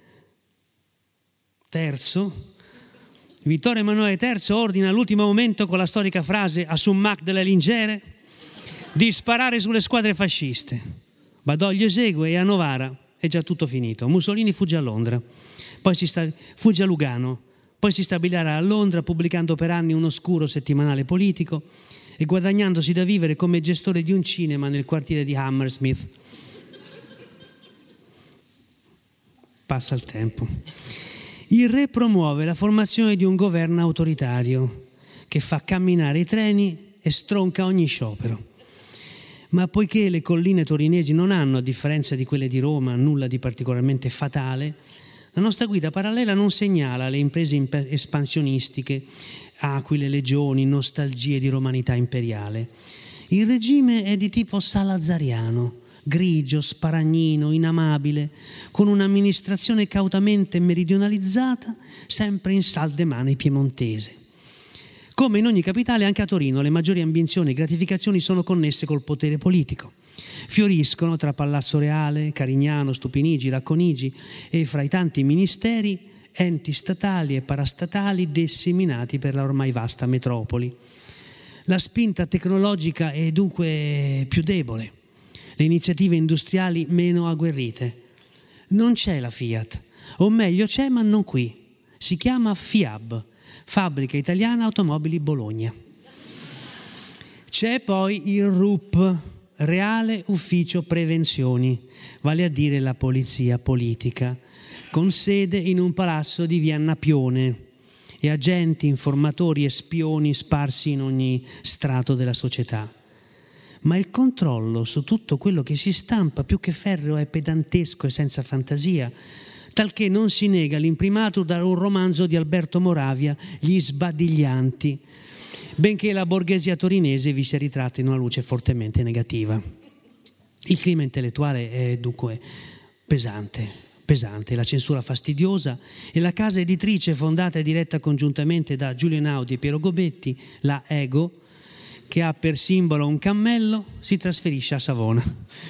III ordina all'ultimo momento con la storica frase «Assum Mac delle Lingere» di sparare sulle squadre fasciste. Badoglio esegue e a Novara è già tutto finito. Mussolini fugge a Londra, fugge a Lugano, poi si stabilirà a Londra pubblicando per anni un oscuro settimanale politico e guadagnandosi da vivere come gestore di un cinema nel quartiere di Hammersmith. Passa il tempo. Il re promuove la formazione di un governo autoritario che fa camminare i treni e stronca ogni sciopero. Ma poiché le colline torinesi non hanno, a differenza di quelle di Roma, nulla di particolarmente fatale, la nostra guida parallela non segnala le imprese espansionistiche, aquile, legioni, nostalgie di romanità imperiale. Il regime è di tipo salazariano, grigio, sparagnino, inamabile, con un'amministrazione cautamente meridionalizzata, sempre in salde mani piemontese. Come in ogni capitale, anche a Torino le maggiori ambizioni e gratificazioni sono connesse col potere politico. Fioriscono tra Palazzo Reale, Carignano, Stupinigi, Racconigi e fra i tanti ministeri enti statali e parastatali disseminati per la ormai vasta metropoli. La spinta tecnologica è dunque più debole, le iniziative industriali meno agguerrite. Non c'è la Fiat, o meglio c'è ma non qui. Si chiama FIAB, Fabbrica Italiana Automobili Bologna. C'è poi il RUP, Reale Ufficio Prevenzioni, vale a dire la polizia politica, con sede in un palazzo di via Napione e agenti, informatori e spioni sparsi in ogni strato della società. Ma il controllo su tutto quello che si stampa più che ferreo è pedantesco e senza fantasia, talché non si nega l'imprimatur da un romanzo di Alberto Moravia, Gli sbadiglianti, benché la borghesia torinese vi sia ritratta in una luce fortemente negativa. Il clima intellettuale è dunque pesante, la censura fastidiosa e la casa editrice fondata e diretta congiuntamente da Giulio Einaudi e Piero Gobetti, la Ego, che ha per simbolo un cammello, si trasferisce a Savona.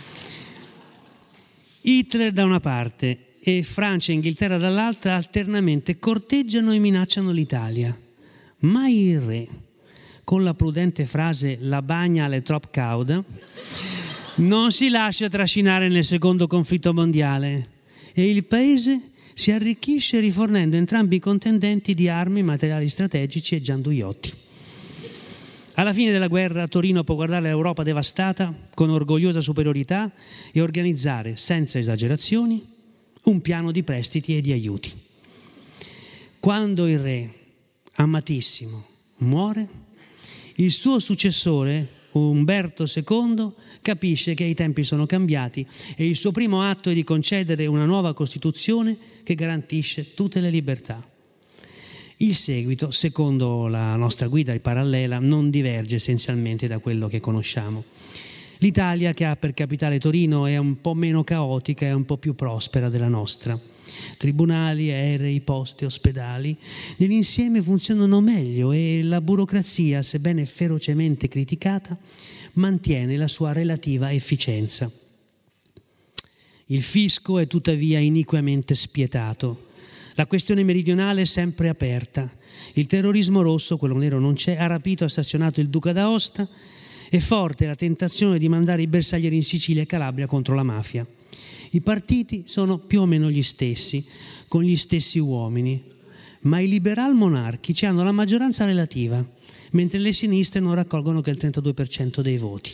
Hitler da una parte e Francia e Inghilterra dall'altra alternamente corteggiano e minacciano l'Italia. Ma il re, con la prudente frase «la bagna alle trop cauda», non si lascia trascinare nel secondo conflitto mondiale e il paese si arricchisce rifornendo entrambi i contendenti di armi, materiali strategici e gianduiotti. Alla fine della guerra Torino può guardare l'Europa devastata con orgogliosa superiorità e organizzare, senza esagerazioni, un piano di prestiti e di aiuti. Quando il re, amatissimo, muore, il suo successore, Umberto II, capisce che i tempi sono cambiati e il suo primo atto è di concedere una nuova Costituzione che garantisce tutte le libertà. Il seguito, secondo la nostra guida in parallela, non diverge essenzialmente da quello che conosciamo. L'Italia, che ha per capitale Torino, è un po' meno caotica e un po' più prospera della nostra. Tribunali, aerei, poste, ospedali, nell'insieme funzionano meglio e la burocrazia, sebbene ferocemente criticata, mantiene la sua relativa efficienza. Il fisco è tuttavia iniquamente spietato. La questione meridionale è sempre aperta. Il terrorismo rosso, quello nero non c'è, ha rapito e assassinato il Duca d'Aosta. È forte la tentazione di mandare i bersaglieri in Sicilia e Calabria contro la mafia. I partiti sono più o meno gli stessi, con gli stessi uomini, ma i liberal monarchici hanno la maggioranza relativa, mentre le sinistre non raccolgono che il 32% dei voti.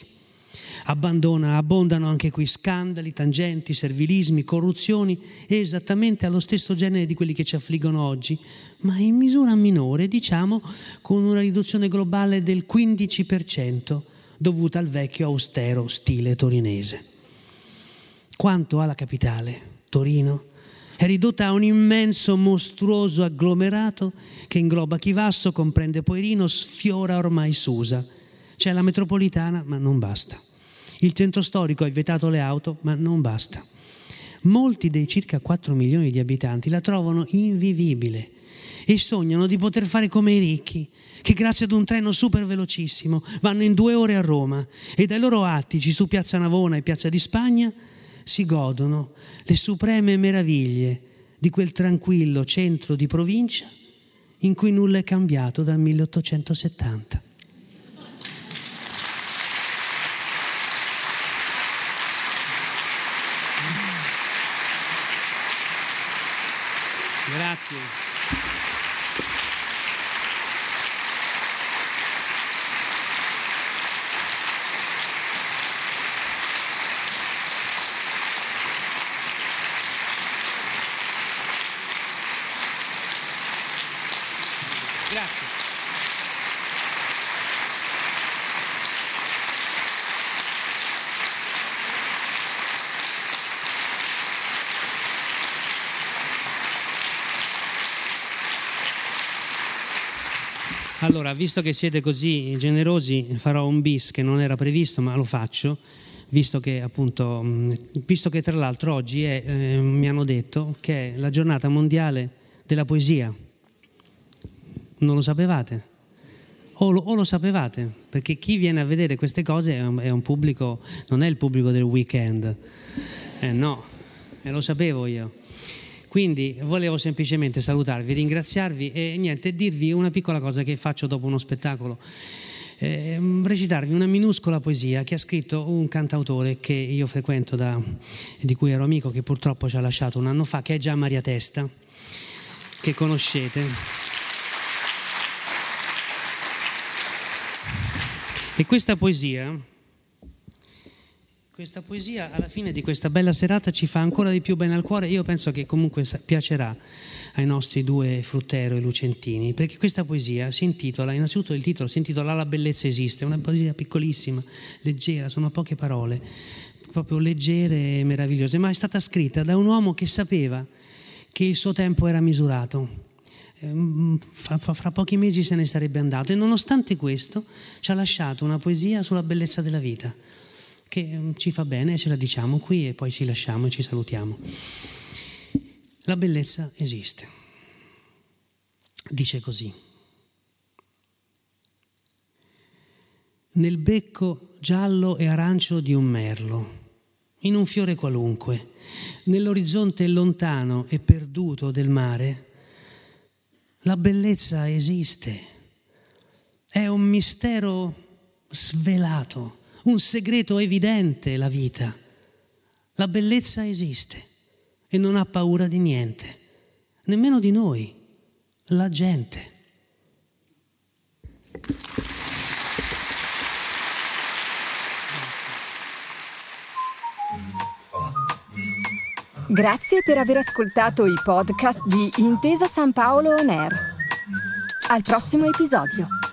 Abbondano anche qui scandali, tangenti, servilismi, corruzioni, esattamente allo stesso genere di quelli che ci affliggono oggi, ma in misura minore, diciamo, con una riduzione globale del 15%, dovuta al vecchio austero stile torinese. Quanto alla capitale, Torino, è ridotta a un immenso, mostruoso agglomerato che ingloba Chivasso, comprende Poirino, sfiora ormai Susa. C'è la metropolitana, ma non basta. Il centro storico ha vietato le auto, ma non basta. Molti dei circa 4 milioni di abitanti la trovano invivibile e sognano di poter fare come i ricchi, che grazie ad un treno super velocissimo vanno in 2 ore a Roma e dai loro attici su Piazza Navona e Piazza di Spagna si godono le supreme meraviglie di quel tranquillo centro di provincia in cui nulla è cambiato dal 1870. Grazie. Grazie. Allora, visto che siete così generosi, farò un bis che non era previsto, ma lo faccio, visto che tra l'altro oggi mi hanno detto che è la giornata mondiale della poesia. Non lo sapevate? O lo sapevate? Perché chi viene a vedere queste cose è un pubblico, non è il pubblico del weekend. No, lo sapevo io. Quindi volevo semplicemente salutarvi, ringraziarvi e niente, dirvi una piccola cosa che faccio dopo uno spettacolo. Recitarvi una minuscola poesia che ha scritto un cantautore che io frequento, di cui ero amico, che purtroppo ci ha lasciato un anno fa, che è Gian Maria Testa, che conoscete. E questa poesia alla fine di questa bella serata ci fa ancora di più bene al cuore. Io penso che comunque piacerà ai nostri due Fruttero e Lucentini, perché questa poesia si intitola, innanzitutto il titolo si intitola La bellezza esiste, è una poesia piccolissima, leggera, sono poche parole, proprio leggere e meravigliose, ma è stata scritta da un uomo che sapeva che il suo tempo era misurato. Fra pochi mesi se ne sarebbe andato e nonostante questo ci ha lasciato una poesia sulla bellezza della vita che ci fa bene, ce la diciamo qui e poi ci lasciamo e ci salutiamo. La bellezza esiste. Dice così: nel becco giallo e arancio di un merlo, in un fiore qualunque, nell'orizzonte lontano e perduto del mare, la bellezza esiste. È un mistero svelato, un segreto evidente la vita. La bellezza esiste e non ha paura di niente, nemmeno di noi, la gente. Grazie per aver ascoltato i podcast di Intesa San Paolo On Air. Al prossimo episodio.